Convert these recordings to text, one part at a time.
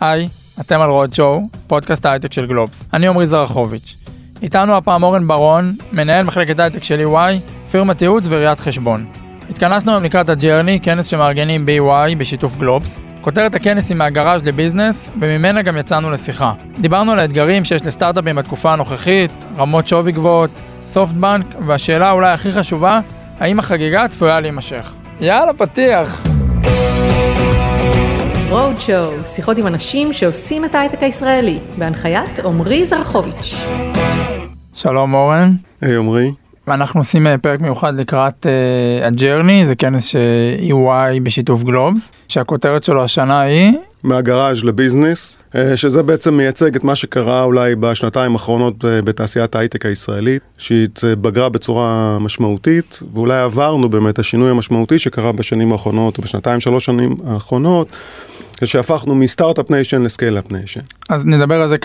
היי, אתם על רודשואו, פודקאסט ההייטק של גלובס. אני עומרי זרחוביץ'. איתנו הפעם אורן ברון, מנהל מחלקת ההייטק של EY, פירמת ייעוץ וראיית חשבון. התכנסנו היום לקראת הג'רני, כנס שמארגנים ב-EY בשיתוף גלובס. כותרת הכנס היא מהגראז' לביזנס, וממנה גם יצאנו לשיחה. דיברנו על האתגרים שיש לסטארט-אפים בתקופה הנוכחית, רמות שווי גבוהות, סופטבנק, והשאלה אולי הכי חשובה, האם החגיגה צפויה להימשך. יאללה, פתיח! רודשואו, שיחות עם אנשים שעושים את ההייטק הישראלי, בהנחיית עומרי זרחוביץ'. שלום אורן. היי עומרי. ואנחנו עושים פרק מיוחד לקראת הג'רני, זה כנס ש-EY בשיתוף גלובס, שהכותרת שלו השנה היא מהגראז' לביזנס, שזה בעצם מייצג את מה שקרה אולי בשנתיים האחרונות בתעשיית ההייטק הישראלית, שהיא התבגרה בצורה משמעותית, ואולי עברנו באמת השינוי המשמעותי שקרה בשנים האחרונות, או בשנתיים שלוש שנים האחרונות, שהפכנו מסטארט-אפ ניישן לסקייל-אפ ניישן. אז נדבר על זה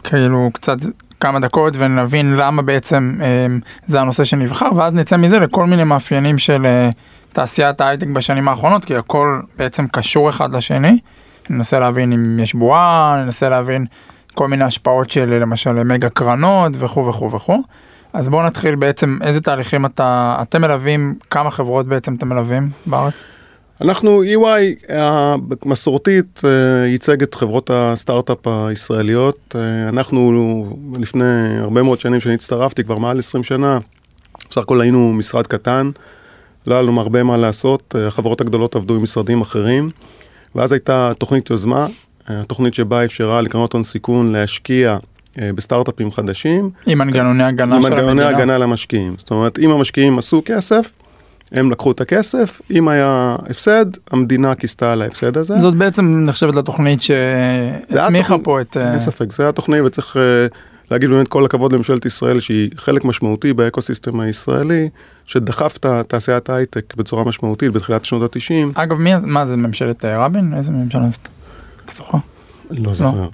כמה דקות ונבין למה בעצם זה הנושא שנבחר, ואז נצא מזה לכל מיני מאפיינים של תעשיית ההייטק בשנים האחרונות, כי הכל בעצם קשור אחד לשני. ננסה להבין אם יש בועה, ננסה להבין כל מיני השפעות של למשל מגה קרנות וכו' וכו' וכו'. אז בואו נתחיל בעצם איזה תהליכים אתם מלווים, כמה חברות בעצם אתם מלווים בארץ? אנחנו, EY המסורתית ייצג את חברות הסטארט-אפ הישראליות. אנחנו לפני הרבה מאוד שנים שאני הצטרפתי, כבר מעל 20 שנה, בסך הכל היינו משרד קטן, לא היה לנו הרבה מה לעשות, החברות הגדולות עבדו עם משרדים אחרים, ואז הייתה תוכנית יוזמה, התוכנית שבה אפשרה לקרנות הון סיכון להשקיע בסטארט-אפים חדשים. עם מנגנוני הגנה של המדינה. עם מנגנוני הגנה למשקיעים. זאת אומרת, אם המשקיעים עשו כסף, הם לקחו את הכסף, אם היה הפסד, המדינה כיסתה על ההפסד הזה. זאת בעצם נחשבת לתוכנית שהצמיחה פה את... אין ספק, זה התוכנית, וצריך להגיד באמת כל הכבוד לממשלת ישראל, שהיא חלק משמעותי באקוסיסטם הישראלי, שדחף את תעשיית ההייטק בצורה משמעותית בתחילת שנות ה-90. אגב, מה זה ממשלת רבין? איזה ממשלה זאת? אתה זוכר? לא זוכר.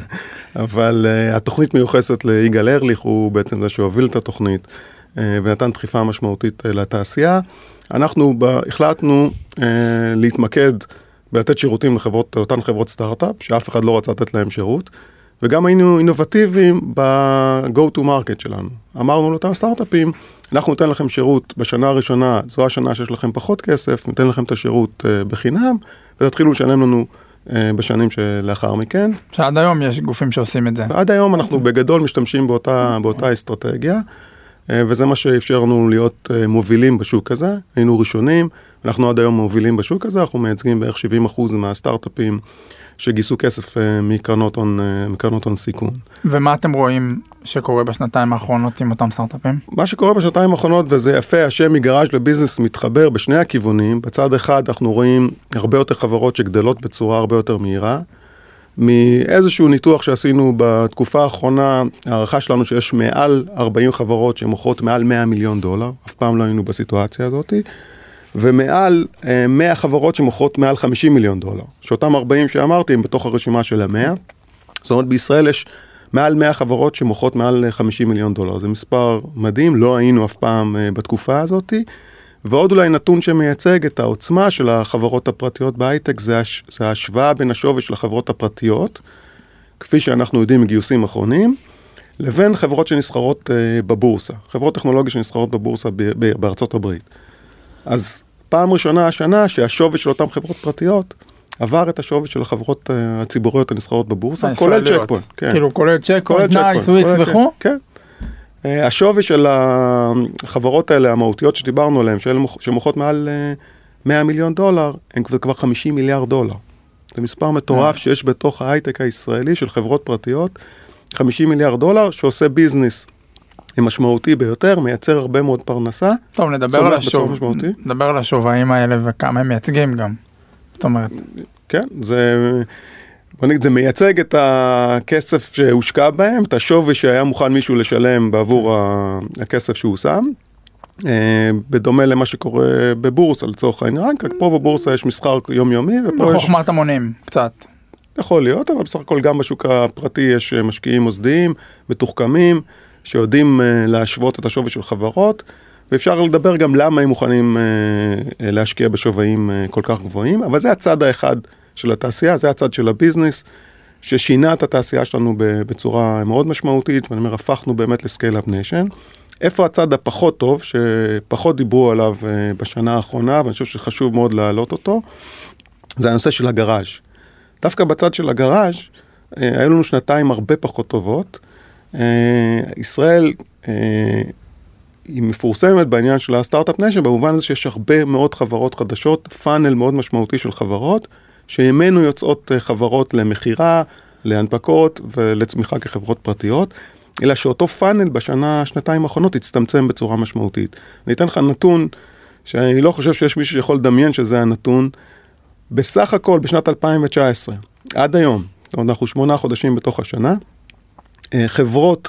אבל התוכנית מיוחסת ליגאל ארליך, הוא בעצם זה שהוביל את התוכנית, ונתן דחיפה משמעותית לתעשייה. אנחנו החלטנו להתמקד בלתת שירותים לאותן חברות סטארט-אפ, שאף אחד לא רצה לתת להם שירות, וגם היינו אינובטיביים ב-go to market שלנו. אמרנו לאותם סטארט-אפים, אנחנו ניתן לכם שירות בשנה הראשונה, זו השנה שיש לכם פחות כסף, ניתן לכם את השירות בחינם, ותתחילו לשלם לנו בשנים שלאחר מכן. שעד היום יש גופים שעושים את זה. עד היום אנחנו בגדול משתמשים באותה אסטרטגיה, וזה מה שאפשר לנו להיות מובילים בשוק הזה, היינו ראשונים, אנחנו עד היום מובילים בשוק הזה, אנחנו מייצגים בערך 70% מהסטארט-אפים שגייסו כסף מקרנות הון סיכון. ומה אתם רואים שקורה בשנתיים האחרונות עם אותם סטארט-אפים? מה שקורה בשנתיים האחרונות, וזה יפה, השם מגראז' לביזנס מתחבר בשני הכיוונים, בצד אחד אנחנו רואים הרבה יותר חברות שגדלות בצורה הרבה יותר מהירה, מאיזשהו ניתוח שעשינו בתקופה האחרונה, הערכה שלנו שיש מעל 40 חברות שמוכרות מעל $100 מיליון, אף פעם לא היינו בסיטואציה הזאת, ומעל 100 חברות שמוכרות מעל $50 מיליון, שאותם 40 שאמרתי הם בתוך הרשימה של ה-100, זאת אומרת בישראל יש מעל 100 חברות שמוכרות מעל $50 מיליון, זה מספר מדהים, לא היינו אף פעם בתקופה הזאת, ועוד אולי נתון שמייצג את העוצמה של החברות הפרטיות בהייטק, זה ההשוואה בין השווי של החברות הפרטיות, כפי שאנחנו יודעים מגיוסים אחרונים, לבין חברות שנסחרות בבורסה, חברות טכנולוגיה שנסחרות בבורסה בארצות הברית. אז פעם ראשונה השנה שהשווי של אותן חברות פרטיות עבר את השווי של החברות הציבוריות הנסחרות בבורסה, כולל צ'ק פוינט. כאילו כולל צ'ק פוינט, נייס, וויקס וכו'? כן. השווי של החברות האלה, המהותיות שדיברנו עליהן, שמוכרות מעל $100 מיליון, הן כבר $50 מיליארד. זה מספר מטורף שיש בתוך ההייטק הישראלי של חברות פרטיות, $50 מיליארד שעושה משמעותי ביותר, מייצר הרבה מאוד פרנסה. טוב, נדבר על השווים האלה וכמה הם מייצגים גם. זאת אומרת. כן, זה מייצג את הכסף שהושקע בהם, את השווי שהיה מוכן מישהו לשלם בעבור הכסף שהוא שם, בדומה למה שקורה בבורסה לצורך העניין, כי פה בבורסה יש מסחר יומיומי, בחוכמת המונים קצת. יכול להיות, אבל בסך הכל גם בשוק הפרטי יש משקיעים מוסדיים, מתוחכמים, שיודעים להשוות את השווי של חברות, ואפשר לדבר גם למה הם מוכנים להשקיע בשווים כל כך גבוהים, אבל זה הצד האחד של התעשייה, זה הצד של הביזנס, ששינה את התעשייה שלנו בצורה מאוד משמעותית, ואני אומר, הפכנו באמת לסקייל-אפ ניישן. איפה הצד הפחות טוב, שפחות דיברו עליו בשנה האחרונה, ואני חושב שחשוב מאוד להעלות אותו, זה הנושא של הגראז'. דווקא בצד של הגראז' היו לנו שנתיים הרבה פחות טובות. ישראל היא מפורסמת בעניין של הסטארט-אפ ניישן, במובן הזה שיש הרבה מאוד חברות חדשות, פאנל מאוד משמעותי של חברות, שימנו יוצאות חברות למחירה, להנפקות ולצמיחה כחברות פרטיות, אלא שאותו פאנל שנתיים האחרונות הצטמצם בצורה משמעותית. אני אתן לך נתון, שאני לא חושב שיש מישהו שיכול לדמיין שזה הנתון, בסך הכל בשנת 2019, עד היום, אנחנו 8 חודשים בתוך השנה, חברות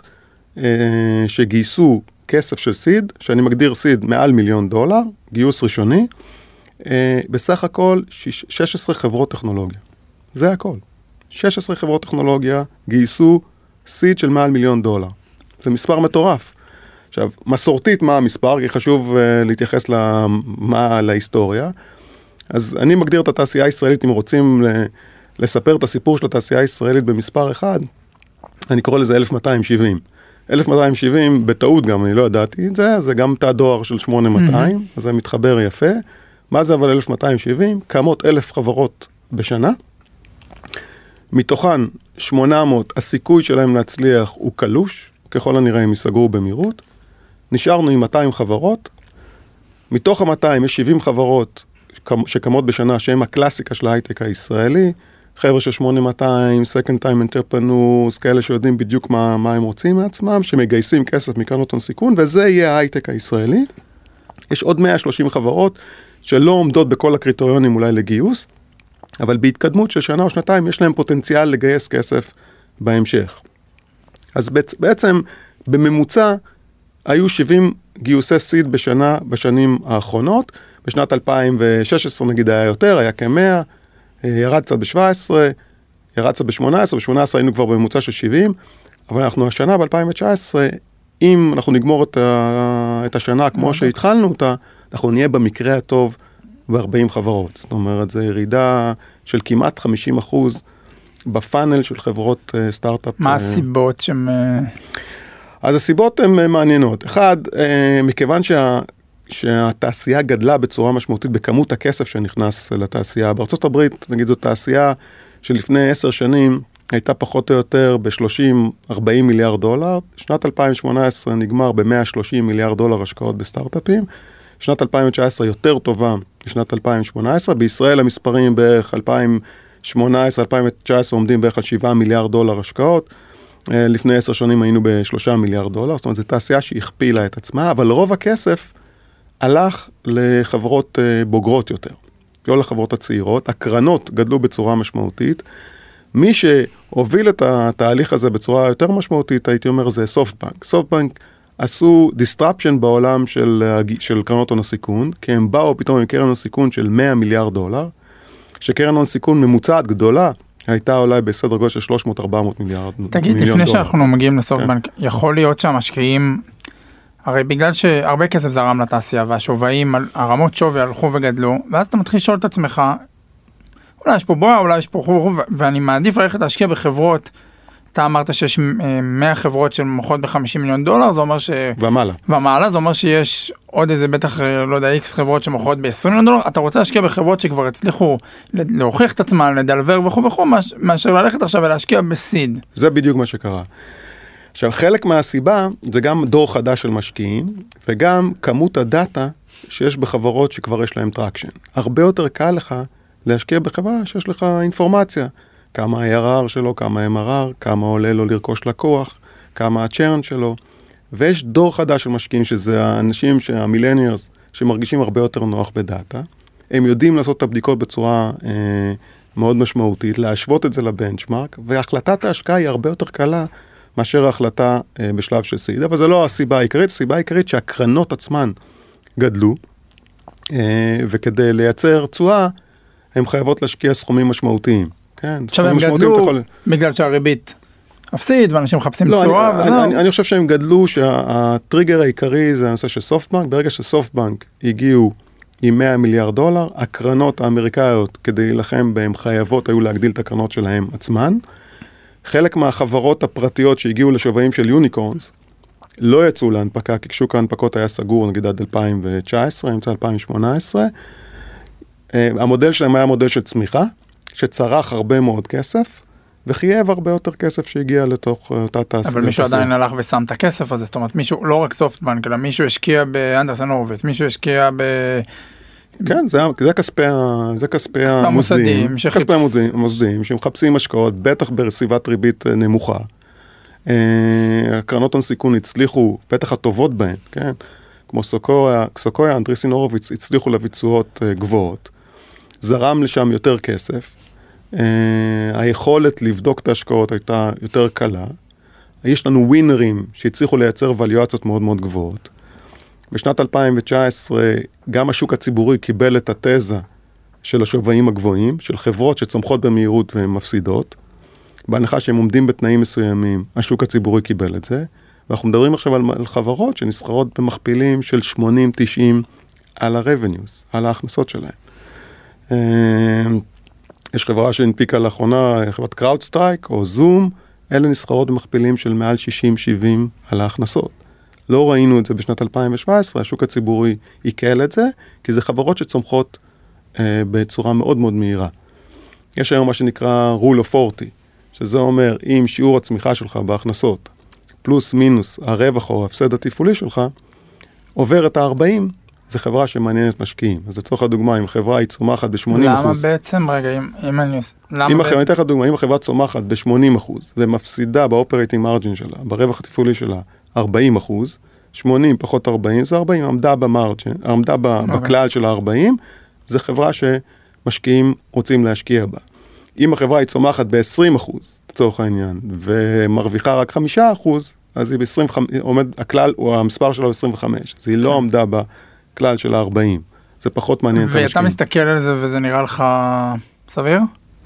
שגייסו כסף של סיד, שאני מגדיר סיד מעל $1,000,000, גיוס ראשוני, בסך הכל 16 חברות טכנולוגיה. זה הכל. 16 חברות טכנולוגיה גייסו סיד של מעל $1,000,000. זה מספר מטורף. עכשיו, מסורתית מה המספר? כי חשוב להתייחס להיסטוריה. אז אני מגדיר את התעשייה הישראלית, אם רוצים לספר את הסיפור של התעשייה הישראלית במספר אחד, אני קורא לזה 1270. 1270, בטעות גם, אני לא ידעתי את זה, זה גם תא דואר של 8200, אז זה מתחבר יפה. מה זה אבל 1270? קמות 1,000 חברות בשנה. מתוכן 800, הסיכוי שלהם להצליח הוא קלוש, ככל הנראה הם ייסגרו במהירות. נשארנו עם 200 חברות. מתוך ה-200 יש 70 חברות שקמות בשנה, שהן הקלאסיקה של ההייטק הישראלי. חבר'ה של 8200, second time entrepreneurs, כאלה שיודעים בדיוק מה הם רוצים מעצמם, שמגייסים כסף מקרנות הון סיכון, וזה יהיה ההייטק הישראלי. יש עוד 130 חברות שלא עומדות בכל הקריטריונים אולי לגיוס, אבל בהתקדמות של שנה או שנתיים יש להם פוטנציאל לגייס כסף בהמשך. אז בעצם בממוצע היו 70 גיוסי סיד בשנים האחרונות, בשנת 2016 נגיד היה יותר, היה כ-100, ירד קצת ב-17, ירד קצת ב-18, ב-18 היינו כבר בממוצע של 70, אבל אנחנו השנה ב-2019, אם אנחנו נגמור את השנה כמו שהתחלנו אותה, אנחנו נהיה במקרה הטוב ב-40 חברות. זאת אומרת, זו ירידה של כמעט 50% בפאנל של חברות סטארט-אפ. מה הסיבות שהן... אז הסיבות הן מעניינות. אחד, מכיוון שהתעשייה גדלה בצורה משמעותית בכמות הכסף שנכנס לתעשייה. בארצות הברית, נגיד, זו תעשייה שלפני 10 שנים הייתה פחות או יותר ב-30-40 מיליארד דולר. שנת 2018 נגמר ב-130 מיליארד דולר השקעות בסטארט-אפים. שנת 2019 יותר טובה משנת 2018. בישראל המספרים בערך 2018-2019 עומדים בערך על 7 מיליארד דולר השקעות. לפני 10 שנים היינו ב3 מיליארד דולר. זאת אומרת, זו תעשייה שהכפילה את עצמה, אבל רוב הכסף הלך לחברות בוגרות יותר, לא לחברות הצעירות. הקרנות גדלו בצורה משמעותית. מי שהוביל את התהליך הזה בצורה יותר משמעותית, הייתי אומר, זה סופטבנק. סופטבנק עשו disruption בעולם של קרנות הון הסיכון, כי הם באו פתאום עם קרן הון סיכון של 100 מיליארד דולר, שקרן הון סיכון ממוצעת גדולה, הייתה אולי בסדר גודל של 300-400 מיליארד דולר. תגיד, לפני שאנחנו מגיעים לסופטבנק, יכול להיות שהמשקיעים, הרי בגלל שהרבה כסף זרם לתעשייה, והשווים, הרמות שווי הלכו וגדלו, ואז אתה מתחיל לשאול את עצמך, אולי יש פה בועה, אולי יש פה חור, ואני מעדיף ללכת להשקיע בחברות. אתה אמרת שיש 100 חברות שמוכרות ב$50 מיליון, זה אומר ש... ומעלה, זה אומר שיש עוד איזה בטח, לא יודע, X חברות שמוכרות ב$20 מיליון, אתה רוצה להשקיע בחברות שכבר הצליחו להוכיח את עצמם, לדלבר וכו', מאשר ללכת עכשיו ולהשקיע בסיד. זה בדיוק מה שקרה. עכשיו, חלק מהסיבה זה גם דור חדש של משקיעים, וגם כמות הדאטה שיש בחברות שכבר יש להם טראקשן. הרבה יותר קל לך להשקיע בחברה שיש לך אינפורמציה. כמה ה-ARR שלו, כמה MRR, כמה עולה לו לרכוש לקוח, כמה הצ'רן שלו. ויש דור חדש של משקיעים, שזה האנשים, המילניארס, שמרגישים הרבה יותר נוח בדאטה. הם יודעים לעשות את הבדיקות בצורה מאוד משמעותית, להשוות את זה לבנצ'מרק, והחלטת ההשקעה היא הרבה יותר קלה מאשר ההחלטה בשלב של סיד. אבל זה לא הסיבה העיקרית, הסיבה העיקרית שהקרנות עצמן גדלו, וכדי לייצר תשואה, הן חייבות להשקיע סכומים משמעותיים. כן, עכשיו הם גדלו בגלל שהריבית אפסית ואנשים מחפשים תשואה. אני חושב שהם גדלו שהטריגר העיקרי זה הנושא של סופטבנק. ברגע שסופטבנק הגיעו עם 100 מיליארד דולר, הקרנות האמריקאיות כדי להילחם בהם חייבות היו להגדיל את הקרנות שלהם עצמן. חלק מהחברות הפרטיות שהגיעו לשווים של יוניקורנס, לא יצאו להנפקה, כי שוק ההנפקות היה סגור, נגיד עד 2019, אמצע 2018. המודל שלהם היה מודל של צמיחה, שצרך הרבה מאוד כסף, וחייב הרבה יותר כסף שהגיע לתוך אותה תעשייה. אבל מישהו עדיין הלך ושם את הכסף הזה, זאת אומרת, מישהו, לא רק סופטבנק, אלא מישהו השקיע באנדרסן הורוביץ, מישהו השקיע כן, זה כספי המוסדיים, כספי המוסדיים, שמחפשים השקעות, בטח בסביבת ריבית נמוכה. הקרנות הון סיכון הצליחו, בטח הטובות בהן, כן? כמו סוקויה, אנדרסן הורוביץ, הצליחו להביא תשואות גבוהות. זרם לשם יותר כסף. היכולת לבדוק את ההשקעות הייתה יותר קלה. יש לנו ווינרים שהצליחו לייצר וליואציות מאוד מאוד גבוהות. בשנת 2019 גם השוק הציבורי קיבל את התזה של השווים הגבוהים, של חברות שצומחות במהירות והן מפסידות. בהנחה שהם עומדים בתנאים מסוימים, השוק הציבורי קיבל את זה. ואנחנו מדברים עכשיו על חברות שנסחרות במכפילים של 80-90 על ה-revenues, על ההכנסות שלהם. יש חברה שהנפיקה לאחרונה, חברת קראודסטרייק או זום, אלה נסחרות במכפילים של מעל 60-70 על ההכנסות. לא ראינו את זה בשנת 2017, השוק הציבורי עיכל את זה, כי זה חברות שצומחות בצורה מאוד מאוד מהירה. יש היום מה שנקרא rule of 40, שזה אומר, אם שיעור הצמיחה שלך בהכנסות, פלוס מינוס הרווח או ההפסד התפעולי שלך, עובר את ה-40, זה חברה שמעניינת משקיעים. אז לצורך הדוגמה, אם חברה היא צומחת ב-80%. למה בעצם, רגע, אני אתן לך דוגמה, אם החברה צומחת ב-80% ומפסידה באופרייטינג מרג'ין שלה, ברווח התפעולי שלה, 40%, 80 פחות 40, זה 40, עמדה במרג'ין, עמדה בכלל של ה-40, זה חברה שמשקיעים רוצים להשקיע בה. אם החברה היא צומחת ב-20%, לצורך העניין, ומרוויחה רק 5%, אז היא ב-25, עומד, הכלל, או המספר שלה הוא 25, אז היא לא עמדה בכלל של ה-40. זה פחות מעניין את המשקיעים. ואתה מסתכל על זה וזה נראה לך סביר?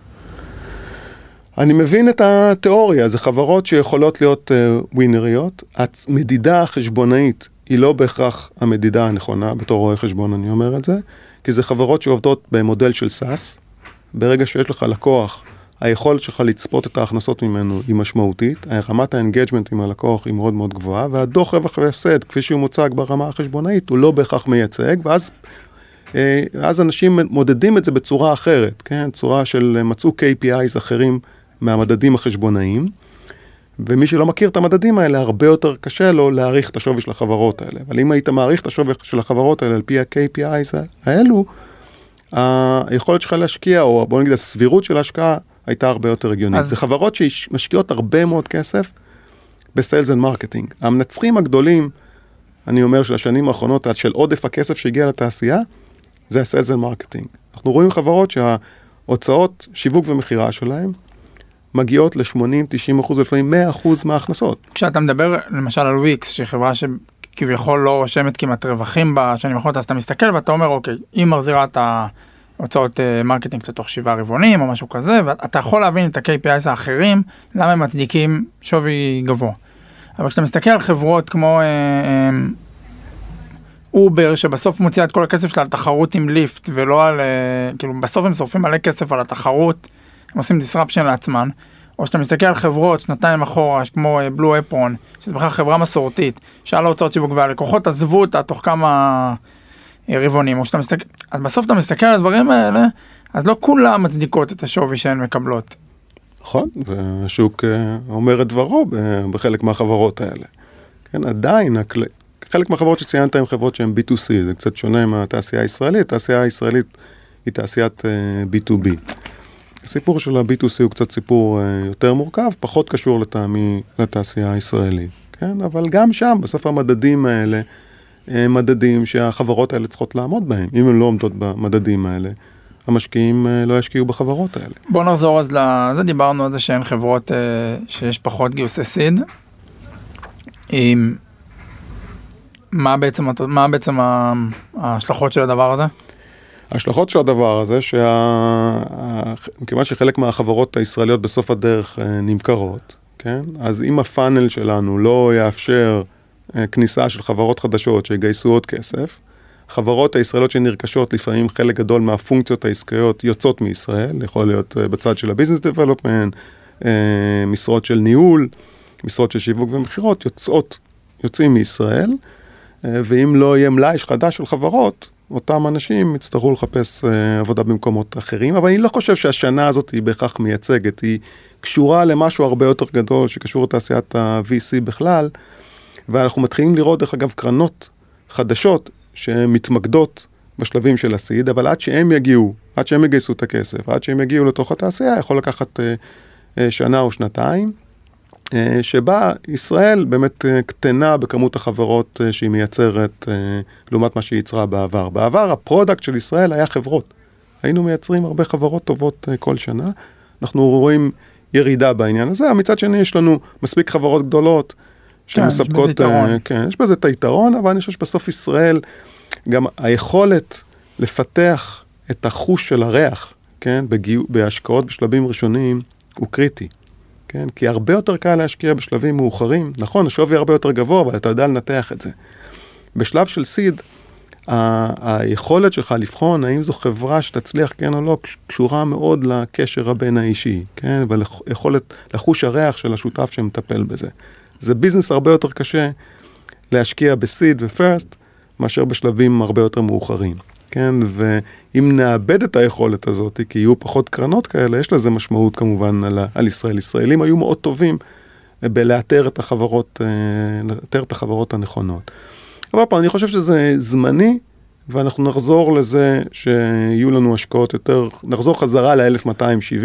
אני מבין את התיאוריה, זה חברות שיכולות להיות ווינריות. המדידה החשבונאית היא לא בהכרח המדידה הנכונה, בתור רואה חשבון אני אומר את זה, כי זה חברות שעובדות במודל של סאס. ברגע שיש לך לקוח, היכולת שלך לצפות את ההכנסות ממנו היא משמעותית, רמת האנגייג'מנט עם הלקוח היא מאוד מאוד גבוהה, והדוח רווח והפסד, כפי שהוא מוצג ברמה החשבונאית, הוא לא בהכרח מייצג, ואז אנשים מודדים את זה בצורה אחרת, כן? צורה של מצאו KPIs אחרים מהמדדים החשבונאיים, ומי שלא מכיר את המדדים האלה, הרבה יותר קשה לו להעריך את השווי של החברות האלה. אבל אם היית מעריך את השווי של החברות האלה על פי ה-KPIs האלו, היכולת שלך להשקיע, או בוא נגיד הסבירות של ההשקעה, הייתה הרבה יותר הגיונית. זה חברות שמשקיעות הרבה מאוד כסף בסיילס אנד מרקטינג. המנצחים הגדולים, אני אומר, של השנים האחרונות, של עודף הכסף שהגיע לתעשייה, זה הסיילס אנד מרקטינג. אנחנו רואים חברות שההוצאות שיווק ומחירה שלהם, מגיעות ל-80-90%, לפעמים 100% מההכנסות. כשאתה מדבר למשל על וויקס, שהיא חברה שכביכול לא רושמת כמעט רווחים בשנים האחרונות, אז אתה מסתכל ואתה אומר, אוקיי, היא מחזירה את ההוצאות מרקטינג קצת תוך 7 רבעונים או משהו כזה, ואתה יכול להבין את ה-KPIs האחרים, למה הם מצדיקים שווי גבוה. אבל כשאתה מסתכל על חברות כמו אובר, שבסוף מוציאה את כל הכסף שלה על תחרות עם ליפט, ולא על, כאילו בסוף הם שורפים מלא כסף על התחרות, הם עושים disruption לעצמן, או שאתה מסתכל על חברות שנתיים אחורה, כמו בלו אפרון, שזה בכלל חברה מסורתית, שעל ההוצאות שיווק והלקוחות עזבו אותה תוך כמה רבעונים, או שאתה מסתכל, אז בסוף אתה מסתכל על הדברים האלה, אז לא כולם מצדיקות את השווי שהן מקבלות. נכון, והשוק אומר את דברו בחלק מהחברות האלה. כן, עדיין, חלק מהחברות שציינת הן חברות שהן B2C, זה קצת שונה מהתעשייה הישראלית, התעשייה הישראלית היא תעשיית B2B. הסיפור של ה-B2C הוא קצת סיפור יותר מורכב, פחות קשור לטעמי לתעשייה הישראלית. כן? אבל גם שם, בסוף המדדים האלה, מדדים שהחברות האלה צריכות לעמוד בהם. אם הן לא עומדות במדדים האלה, המשקיעים לא ישקיעו בחברות האלה. בוא נחזור אז לזה, דיברנו על זה שהן חברות שיש פחות גיוסי סיד. מה בעצם ההשלכות של הדבר הזה? ההשלכות של הדבר הזה, מכיוון שחלק מהחברות הישראליות בסוף הדרך נמכרות, כן? אז אם הפאנל שלנו לא יאפשר כניסה של חברות חדשות שיגייסו עוד כסף, חברות הישראליות שנרכשות, לפעמים חלק גדול מהפונקציות העסקיות יוצאות מישראל, יכול להיות בצד של הביזנס דבלופמנט, משרות של ניהול, משרות של שיווק ומחירות, יוצאים מישראל, ואם לא יהיה מלאי חדש של חברות, אותם אנשים יצטרכו לחפש עבודה במקומות אחרים, אבל אני לא חושב שהשנה הזאת היא בהכרח מייצגת, היא קשורה למשהו הרבה יותר גדול, שקשור לתעשיית ה-VC בכלל, ואנחנו מתחילים לראות, דרך אגב, קרנות חדשות שמתמקדות בשלבים של הסיד, אבל עד שהם יגיעו, עד שהם יגייסו את הכסף, עד שהם יגיעו לתוך התעשייה, יכול לקחת שנה או שנתיים, שבה ישראל באמת קטנה בכמות החברות שהיא מייצרת לעומת מה שהיא יצרה בעבר. בעבר הפרודקט של ישראל היה חברות. היינו מייצרים הרבה חברות טובות כל שנה. אנחנו רואים ירידה בעניין הזה. מצד שני יש לנו מספיק חברות גדולות שמספקות... כן, יש בזה את היתרון, אבל אני חושב שבסוף ישראל גם היכולת לפתח את החוש של הריח, כן, בהשקעות בשלבים ראשוניים הוא קריטי. כן? כי הרבה יותר קל להשקיע בשלבים מאוחרים. נכון, השווי הרבה יותר גבוה, אבל אתה יודע לנתח את זה. בשלב של סיד, היכולת שלך לבחון האם זו חברה שתצליח כן או לא, קשורה מאוד לקשר הבין האישי, כן? וליכולת לחוש הריח של השותף שמטפל בזה. זה ביזנס הרבה יותר קשה להשקיע בסיד ופרסט, מאשר בשלבים הרבה יותר מאוחרים. כן, ואם נאבד את היכולת הזאת, כי יהיו פחות קרנות כאלה, יש לזה משמעות כמובן על ישראל. ישראלים היו מאוד טובים בלאתר את החברות הנכונות. אבל פעם, אני חושב שזה זמני, ואנחנו נחזור לזה שיהיו לנו השקעות יותר, נחזור חזרה ל-1270,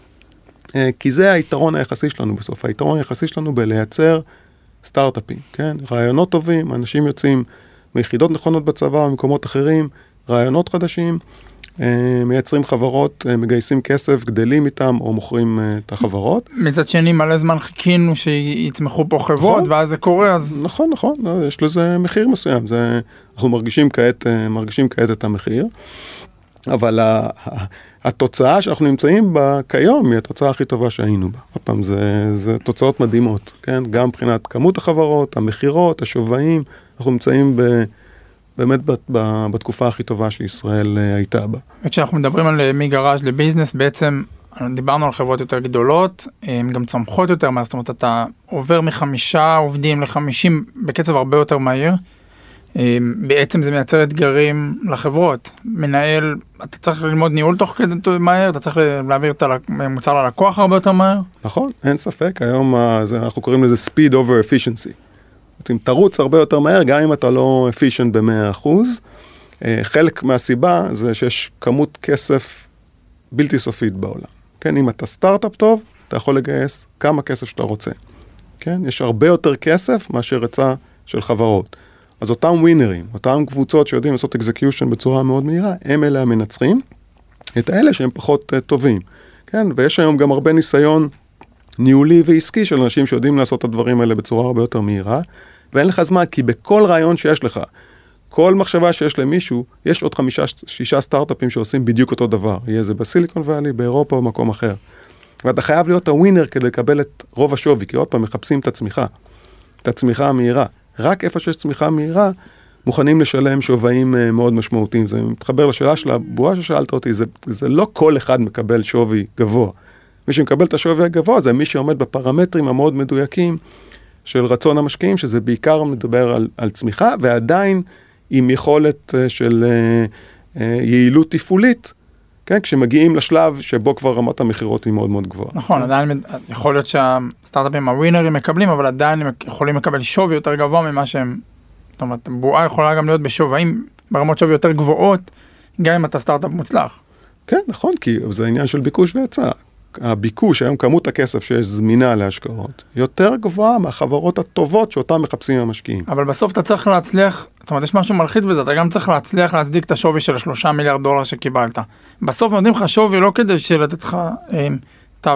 כי זה היתרון היחסי שלנו בסוף. היתרון היחסי שלנו בלייצר סטארט-אפים, כן? רעיונות טובים, אנשים יוצאים מיחידות נכונות בצבא או במקומות אחרים, רעיונות חדשים, מייצרים חברות, מגייסים כסף, גדלים איתם או מוכרים את החברות. מצד שני, מלא זמן חיכינו שיצמחו פה חברות, נכון, ואז זה קורה, אז... נכון, נכון, יש לזה מחיר מסוים, אנחנו מרגישים כעת את המחיר, אבל התוצאה שאנחנו נמצאים בה כיום היא התוצאה הכי טובה שהיינו בה. עוד פעם, זה תוצאות מדהימות, כן? גם מבחינת כמות החברות, המחירות, השווים, אנחנו נמצאים באמת בתקופה הכי טובה שישראל הייתה בה. וכשאנחנו מדברים על מגראז' לביזנס, בעצם דיברנו על חברות יותר גדולות, הן גם צומחות יותר, זאת אומרת, אתה עובר מ5 עובדים ל50 בקצב הרבה יותר מהיר, בעצם זה מייצר אתגרים לחברות. מנהל, אתה צריך ללמוד ניהול תוך כדי מהר, אתה צריך להעביר את המוצר ללקוח הרבה יותר מהר. נכון, אין ספק, היום אנחנו קוראים לזה speed over efficiency. אם תרוץ הרבה יותר מהר, גם אם אתה לא efficient ב100%, חלק מהסיבה זה שיש כמות כסף בלתי סופית בעולם. כן, אם אתה סטארט-אפ טוב, אתה יכול לגייס כמה כסף שאתה רוצה. כן, יש הרבה יותר כסף מאשר היצע של חברות. אז אותם ווינרים, אותם קבוצות שיודעים לעשות execution בצורה מאוד מהירה, הם אלה המנצחים, את האלה שהם פחות טובים. כן, ויש היום גם הרבה ניסיון ניהולי ועסקי של אנשים שיודעים לעשות את הדברים האלה בצורה הרבה יותר מהירה, ואין לך זמן, כי בכל רעיון שיש לך, כל מחשבה שיש למישהו, יש עוד 5-6 סטארט-אפים שעושים בדיוק אותו דבר. יהיה זה בסיליקון ואלי, באירופה או במקום אחר. ואתה חייב להיות הווינר כדי לקבל את רוב השווי, כי עוד פעם מחפשים את הצמיחה המהירה. רק איפה שיש צמיחה מהירה, מוכנים לשלם שווים מאוד משמעותיים. זה מתחבר לשאלה של הבועה ששאלת אותי, זה לא כל אחד מקבל שווי גבוה. מי שמקבל את השווי הגבוה זה מי שעומד בפרמטרים המאוד מדויקים של רצון המשקיעים, שזה בעיקר מדבר על צמיחה, ועדיין עם יכולת של יעילות תפעולית, כן? כשמגיעים לשלב שבו כבר רמת המחירות היא מאוד מאוד גבוהה. נכון, עדיין יכול להיות שהסטארט-אפים הווינרים מקבלים, אבל עדיין הם יכולים לקבל שווי יותר גבוה ממה שהם, זאת אומרת, בועה יכולה גם להיות בשווים, ברמות שווי יותר גבוהות, גם אם אתה סטארט-אפ מוצלח. כן, נכון, כי זה העניין של ביקוש והיצע. הביקוש, היום כמות הכסף שיש זמינה להשקעות, יותר גבוהה מהחברות הטובות שאותן מחפשים המשקיעים. אבל בסוף אתה צריך להצליח, זאת אומרת, יש משהו מלחיץ בזה, אתה גם צריך להצליח להצדיק את השווי של $3 מיליארד שקיבלת. בסוף נותנים לך שווי לא כדי שלתת לך תו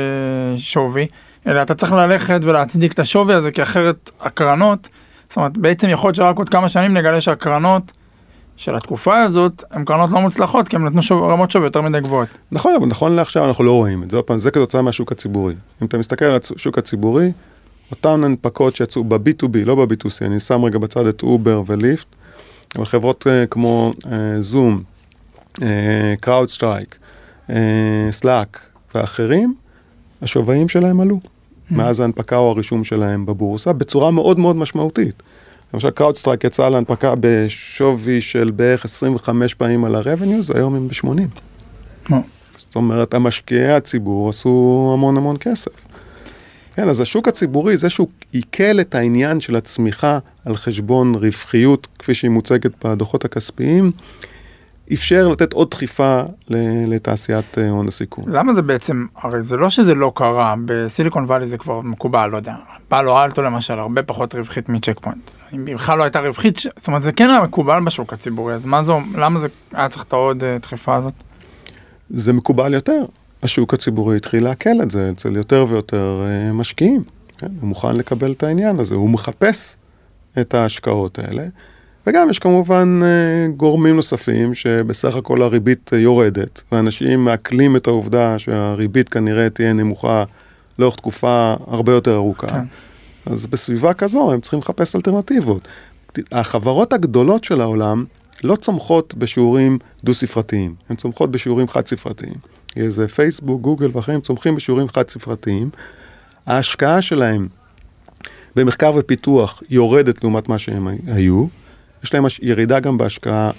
שווי, אלא אתה צריך ללכת ולהצדיק את השווי הזה, כי אחרת הקרנות, זאת אומרת, בעצם יכול להיות שרק עוד כמה שנים נגלה שהקרנות של התקופה הזאת, הן קרנות לא מוצלחות, כי הן נתנו רמות שווי יותר מדי גבוהות. נכון, אבל נכון לעכשיו אנחנו לא רואים את זה. זה כתוצאה מהשוק הציבורי. אם אתה מסתכל על השוק הציבורי, אותן הנפקות שיצאו ב-B2B, לא ב-B2C, אני שם רגע בצד את אובר וליפט, אבל חברות כמו זום, CrowdStrike, Slack ואחרים, השווים שלהם עלו. מאז ההנפקה או הרישום שלהם בבורסה, בצורה מאוד מאוד משמעותית. למשל, קראודסטרייק יצא להנפקה בשווי של בערך 25 פעמים על ה-revenues, היום הם ב-80. זאת אומרת, המשקיעי הציבור עשו המון המון כסף. כן, אז השוק הציבורי, זה שהוא עיקל את העניין של הצמיחה על חשבון רווחיות, כפי שהיא מוצגת בדוחות הכספיים, אפשר לתת עוד דחיפה לתעשיית הון הסיכון. למה זה בעצם, הרי זה לא שזה לא קרה, בסיליקון ואלי זה כבר מקובל, לא יודע, פאלו אלטו למשל, הרבה פחות רווחית מצ'ק פוינט. אם בכלל לא הייתה רווחית, זאת אומרת, זה כן היה מקובל בשוק הציבורי, אז למה זה היה צריך את העוד דחיפה הזאת? זה מקובל יותר. השוק הציבורי התחיל להקל את זה אצל יותר ויותר משקיעים. כן? הוא מוכן לקבל את העניין הזה, הוא מחפש את ההשקעות האלה, וגם יש כמובן גורמים נוספים שבסך הכל הריבית יורדת, ואנשים מעכלים את העובדה שהריבית כנראה תהיה נמוכה לאורך תקופה הרבה יותר ארוכה. כן. אז בסביבה כזו הם צריכים לחפש אלטרנטיבות. החברות הגדולות של העולם לא צומחות בשיעורים דו-ספרתיים, הן צומחות בשיעורים חד-ספרתיים. איזה פייסבוק, גוגל ואחרים צומחים בשיעורים חד-ספרתיים. ההשקעה שלהם במחקר ופיתוח יורדת לעומת מה שהם היו. יש להם ירידה גם בהשקעה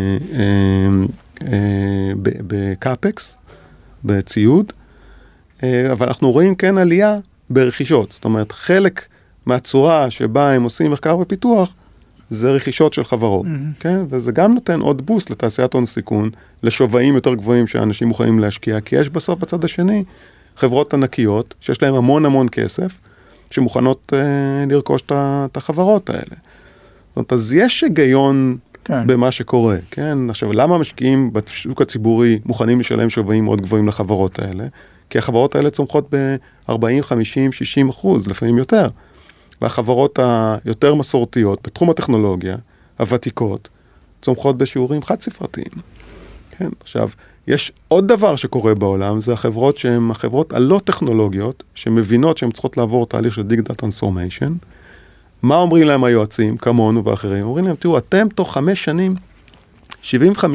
בקאפקס, בציוד, אבל אנחנו רואים כן עלייה ברכישות. זאת אומרת, חלק מהצורה שבה הם עושים מחקר ופיתוח, זה רכישות של חברות, כן? וזה גם נותן עוד בוסט לתעשיית הון סיכון, לשווים יותר גבוהים שאנשים מוכנים להשקיע, כי יש בסוף בצד השני חברות ענקיות, שיש להם המון המון כסף, שמוכנות לרכוש את החברות האלה. זאת אומרת, אז יש היגיון במה שקורה, כן? עכשיו, למה המשקיעים בשוק הציבורי מוכנים לשלם שווים מאוד גבוהים לחברות האלה? כי החברות האלה צומחות ב-40, 50, 60%, לפעמים יותר. והחברות היותר מסורתיות, בתחום הטכנולוגיה, הוותיקות, צומחות בשיעורים חד-ספרתיים. כן? עכשיו, יש עוד דבר שקורה בעולם, זה החברות שהן החברות הלא טכנולוגיות, שמבינות שהן צריכות לעבור תהליך של דיגיטל טרנספורמיישן. מה אומרים להם היועצים, כמונו ואחרים? אומרים להם, תראו, אתם תוך 5 שנים, 75%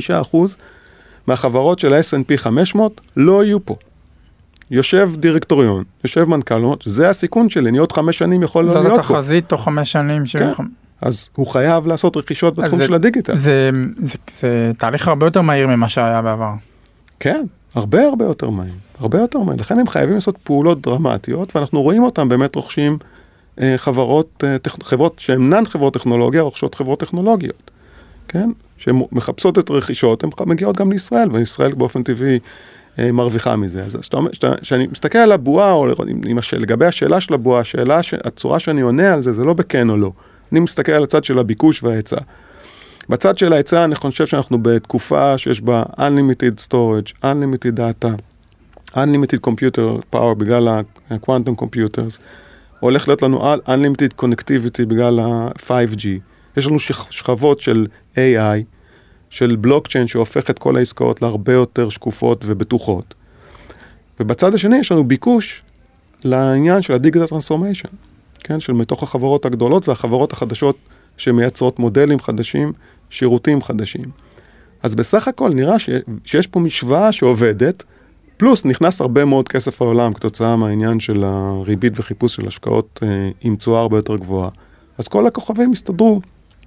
מהחברות של ה-S&P 500 לא יהיו פה. יושב דירקטוריון, יושב מנכ"ל, זה הסיכון שלי, אני עוד 5 שנים יכול לא להיות פה. זאת התחזית תוך 5 שנים. כן. אז הוא חייב לעשות רכישות בתחום של הדיגיטל. זה תהליך הרבה יותר מהיר ממה שהיה בעבר. כן, הרבה יותר מהיר. הרבה יותר מהיר. לכן הם חייבים לעשות פעולות דרמטיות, ואנחנו רואים אותם באמת רוכשים חברות שאינן חברות טכנולוגיה, רוכשות חברות טכנולוגיות. כן? שמחפשות את רכישות, הן מגיעות גם לישראל, וישראל באופן טבעי מרוויחה מזה. אז כשאני מסתכל על הבועה, או לגבי השאלה של הבועה, הצורה שאני עונה על זה, זה לא בכן או לא. אני מסתכל על הצד של הביקוש וההיצע. בצד של ההיצע, אני חושב שאנחנו בתקופה שיש בה unlimited storage, unlimited data, unlimited computer power בגלל ה-quantum computers, הולך להיות לנו unlimited connectivity בגלל ה-5G. יש לנו שכבות של AI, של בלוקצ'יין שהופך את כל העסקאות להרבה יותר שקופות ובטוחות. ובצד השני יש לנו ביקוש לעניין של הדיגיטל טרנספורמיישן, כן? של מתוך החברות הגדולות והחברות החדשות שמייצרות מודלים חדשים, שירותים חדשים. אז בסך הכל נראה שיש פה משוואה שעובדת, פלוס נכנס הרבה מאוד כסף לעולם כתוצאה מהעניין של הריבית וחיפוש של השקעות עם תשואה הרבה יותר גבוהה. אז כל הכוכבים הסתדרו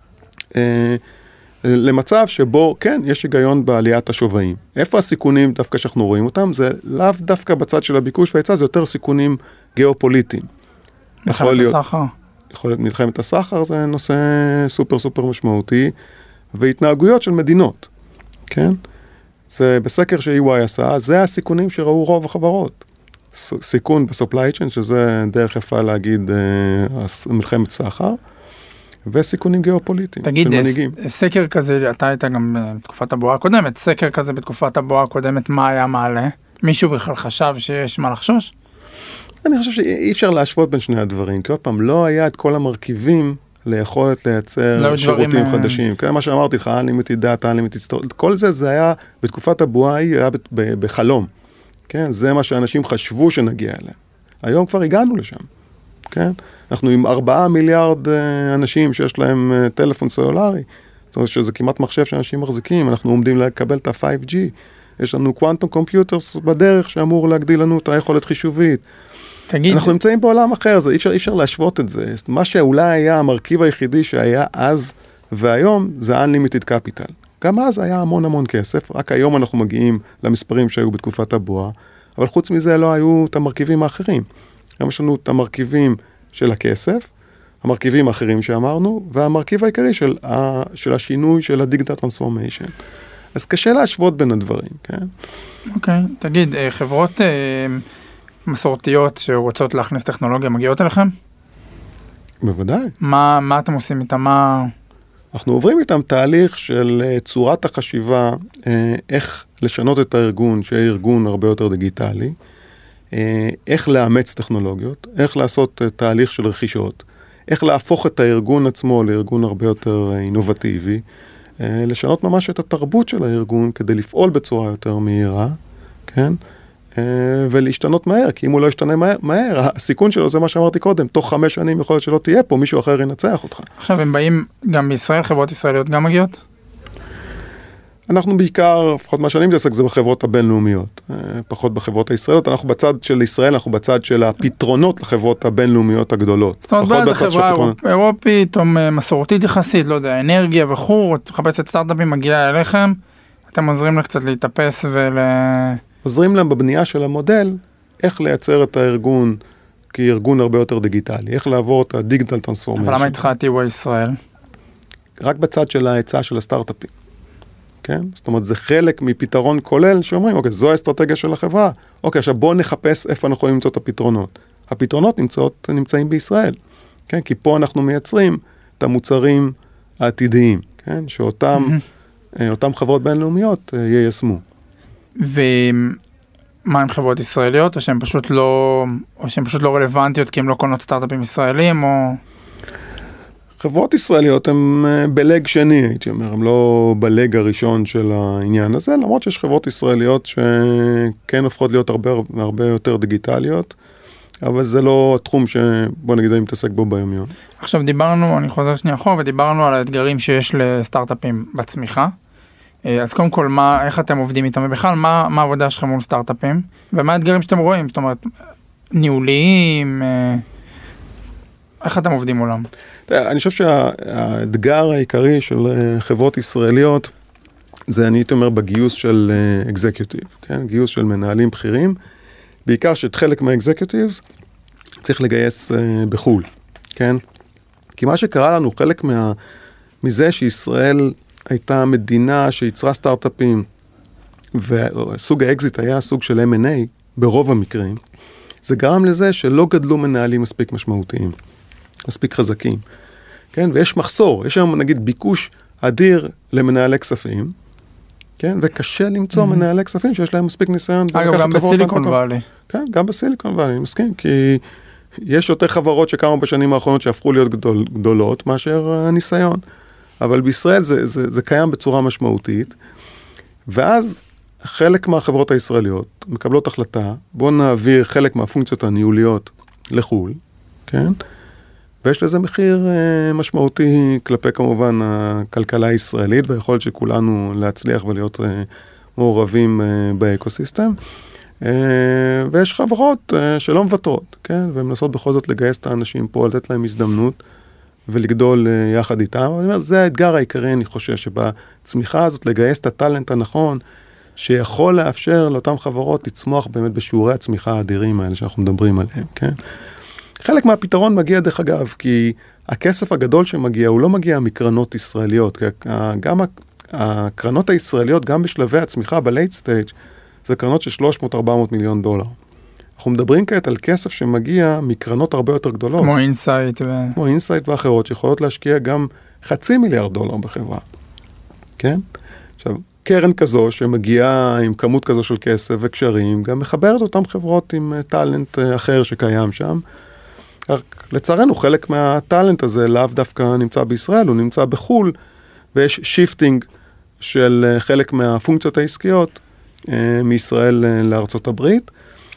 למצב שבו, כן, יש היגיון בעליית השווים. איפה הסיכונים דווקא שאנחנו רואים אותם? זה לאו דווקא בצד של הביקוש והיצע, זה יותר סיכונים גיאופוליטיים. מלחמת הסחר. יכול להיות מלחמת הסחר, זה נושא סופר סופר משמעותי, והתנהגויות של מדינות, כן? זה בסקר ש-EY עשה, זה הסיכונים שראו רוב החברות. סיכון ב-supply chain, שזה דרך יפה להגיד מלחמת סחר, וסיכונים גיאופוליטיים של מנהיגים. תגיד, סקר כזה, אתה היית גם בתקופת הבועה הקודמת, סקר כזה בתקופת הבועה הקודמת, מה היה מעלה? מישהו בכלל חשב שיש מה לחשוש? אני חושב שאי אפשר להשוות בין שני הדברים, כי עוד פעם, לא היה את כל המרכיבים ליכולת לייצר שירותים חדשים. כן, מה שאמרתי לך, unlimited data, unlimited storage, כל זה היה, בתקופת הבועה ההיא, היה בחלום. כן, זה מה שאנשים חשבו שנגיע אליהם. היום כבר הגענו לשם. כן? אנחנו עם 4 מיליארד אנשים שיש להם טלפון סלולרי, זאת אומרת שזה כמעט מחשב שאנשים מחזיקים, אנחנו עומדים לקבל את ה-5G, יש לנו קוונטום קומפיוטרס בדרך שאמור להגדיל לנו את היכולת חישובית. תגיד. אנחנו נמצאים בעולם אחר, זה אי אפשר להשוות את זה. מה שאולי היה המרכיב היחידי שהיה אז והיום, זה Unlimited Capital. גם אז היה המון המון כסף, רק היום אנחנו מגיעים למספרים שהיו בתקופת הבועה, אבל חוץ מזה לא היו את המרכיבים האחרים. גם יש לנו את המרכיבים של הכסף, המרכיבים האחרים שאמרנו, והמרכיב העיקרי של השינוי של הדיגיטל טרנספורמיישן. אז קשה להשוות בין הדברים, כן? אוקיי, תגיד, חברות מסורתיות שרוצות להכניס טכנולוגיה מגיעות אליכם? בוודאי. מה אתם עושים איתם? אנחנו עוברים איתם תהליך של צורת החשיבה, איך לשנות את הארגון, שיהיה ארגון הרבה יותר דיגיטלי, איך לאמץ טכנולוגיות, איך לעשות תהליך של רכישות, איך להפוך את הארגון עצמו לארגון הרבה יותר אינובטיבי, לשנות ממש את התרבות של הארגון כדי לפעול בצורה יותר מהירה, כן? ולהשתנות מהר, כי אם הוא לא ישתנה מהר, הסיכון שלו זה מה שאמרתי קודם, תוך 5 שנים יכול להיות שלא תהיה פה, מישהו אחר ינצח אותך. עכשיו הם באים גם בישראל, חברות ישראליות גם מגיעות? אנחנו בעיקר, לפחות מה שאני מתעסק, זה בחברות הבינלאומיות, פחות בחברות הישראליות, אנחנו בצד של ישראל, אנחנו בצד של הפתרונות לחברות הבינלאומיות הגדולות. זאת אומרת, בחברה אירופית או מסורתית יחסית, לא יודע, אנרגיה וכו', מחפשת סטארט-אפים, מגיעה אליכם, אתם עוזרים לה קצת להתאפס עוזרים להם בבנייה של המודל, איך לייצר את הארגון כארגון הרבה יותר דיגיטלי, איך לעבור את הדיגיטל טרנספורמיישן. אבל למה היא צריכה תיאור ישראל? רק בצד של ההיצע של הסטארט-אפים. כן? זאת אומרת, זה חלק מפתרון כולל שאומרים, אוקיי, זו האסטרטגיה של החברה. אוקיי, עכשיו בואו נחפש איפה אנחנו יכולים למצוא את הפתרונות. הפתרונות נמצאים בישראל, כן? כי פה אנחנו מייצרים את המוצרים העתידיים, כן? שאותם חברות בינלאומיות יישמו. ומה עם חברות ישראליות? או שהן פשוט לא רלוונטיות כי הן לא קונות סטארט-אפים ישראלים, או... חברות ישראליות הן בלג שני, הייתי אומר, הן לא בלג הראשון של העניין הזה, למרות שיש חברות ישראליות שכן הופכות להיות הרבה יותר דיגיטליות, אבל זה לא התחום שבוא נגיד אני מתעסק בו ביום-יום. עכשיו דיברנו, אני חוזר שנייה אחורה, ודיברנו על האתגרים שיש לסטארט-אפים בצמיחה. אז קודם כל, איך אתם עובדים איתם, ובכלל, מה העבודה שלכם מול סטארט-אפים, ומה האתגרים שאתם רואים? זאת אומרת, ניהוליים, איך אתם עובדים מולם? אני חושב שהאתגר העיקרי של חברות ישראליות, זה אני הייתי אומר בגיוס של אקזקיוטיב, כן? גיוס של מנהלים בכירים, בעיקר שאת חלק מהאקזקיוטיבס צריך לגייס בחול, כן? כי מה שקרה לנו, חלק מזה שישראל הייתה מדינה שיצרה סטארט-אפים, וסוג האקזיט היה סוג של M&A ברוב המקרים, זה גרם לזה שלא גדלו מנהלים מספיק משמעותיים, מספיק חזקים, כן? ויש מחסור, יש היום נגיד ביקוש אדיר למנהלי כספים, כן? וקשה למצוא מנהלי כספים שיש להם מספיק ניסיון. אגב, גם בסיליקון ואלי. כן, גם בסיליקון ואלי, אני מסכים, כי יש יותר חברות שקמו בשנים האחרונות שהפכו להיות גדולות מאשר הניסיון. אבל בישראל זה קיים בצורה משמעותית, ואז חלק מהחברות הישראליות מקבלות החלטה, בואו נעביר חלק מהפונקציות הניהוליות לחול, כן? ויש לזה מחיר משמעותי כלפי כמובן הכלכלה הישראלית, והיכולת שכולנו להצליח ולהיות מעורבים באקוסיסטם. ויש חברות שלא מוותרות, כן? והן מנסות בכל זאת לגייס את האנשים פה, לתת להם הזדמנות, ולגדול יחד איתם. אני אומר, זה האתגר העיקרי, אני חושב, שבצמיחה הזאת לגייס את הטלנט הנכון, שיכול לאפשר לאותן חברות לצמוח באמת בשיעורי הצמיחה האדירים האלה שאנחנו מדברים עליהם, כן? חלק מהפתרון מגיע דרך אגב, כי הכסף הגדול שמגיע, הוא לא מגיע מקרנות ישראליות, גם הקרנות הישראליות, גם בשלבי הצמיחה ב-late stage, זה קרנות של $300-400 מיליון. אנחנו מדברים כעת על כסף שמגיע מקרנות הרבה יותר גדולות. כמו אינסייט. כמו אינסייט ואחרות, שיכולות להשקיע גם $500 מיליון בחברה. כן? עכשיו, קרן כזו שמגיעה עם כמות כזו של כסף וקשרים, גם מחברת אותם חברות עם טלנט אחר שקיים שם. לצערנו, חלק מהטלנט הזה לאו דווקא נמצא בישראל, הוא נמצא בחול, ויש שיפטינג של חלק מהפונקציות העסקיות מישראל לארצות הברית.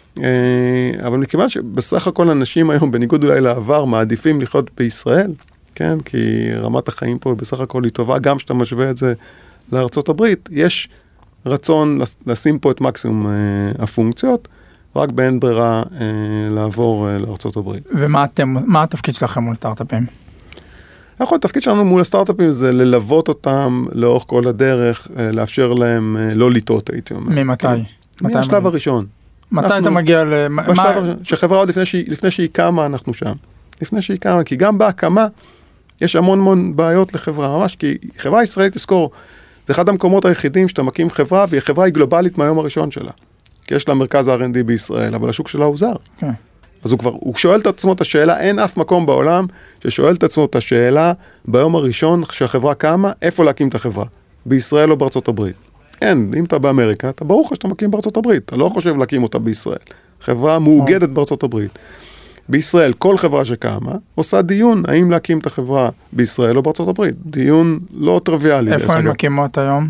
אבל מכיוון שבסך הכל אנשים היום, בניגוד אולי לעבר, מעדיפים לחיות בישראל, כן? כי רמת החיים פה בסך הכל היא טובה, גם שאתה משווה את זה לארצות הברית, יש רצון לשים פה את מקסימום הפונקציות, רק באין ברירה לעבור לארצות הברית. ומה התפקיד שלכם מול סטארט-אפים? התפקיד שלנו מול הסטארט-אפים זה ללוות אותם לאורך כל הדרך, לאפשר להם לא לטעות, הייתי אומר. ממתי? מהשלב הראשון. מתי אתה מגיע שחברה עוד לפני שהיא קמה, אנחנו שם. לפני שהיא קמה, כי גם בהקמה יש המון בעיות לחברה, ממש, כי חברה ישראלית, תזכור, זה אחד המקומות היחידים שאתה מקים חברה, והיא חברה היא גלובלית מהיום הראשון שלה. כי יש לה מרכז R&D בישראל, אבל השוק שלה הוא זר. אז הוא שואל את עצמו את השאלה, אין אף מקום בעולם ששואל את עצמו את השאלה ביום הראשון שהחברה קמה, איפה להקים את החברה? בישראל או בארצות הברית? אין, אם אתה באמריקה, אתה ברור לך שאתה מקים בארצות הברית, אתה לא חושב להקים אותה בישראל. חברה מאוגדת בארצות הברית. בישראל, כל חברה שקמה, עושה דיון האם להקים את החברה בישראל או בארצות הברית. דיון לא טריוויאלי. איפה הן מקימות היום?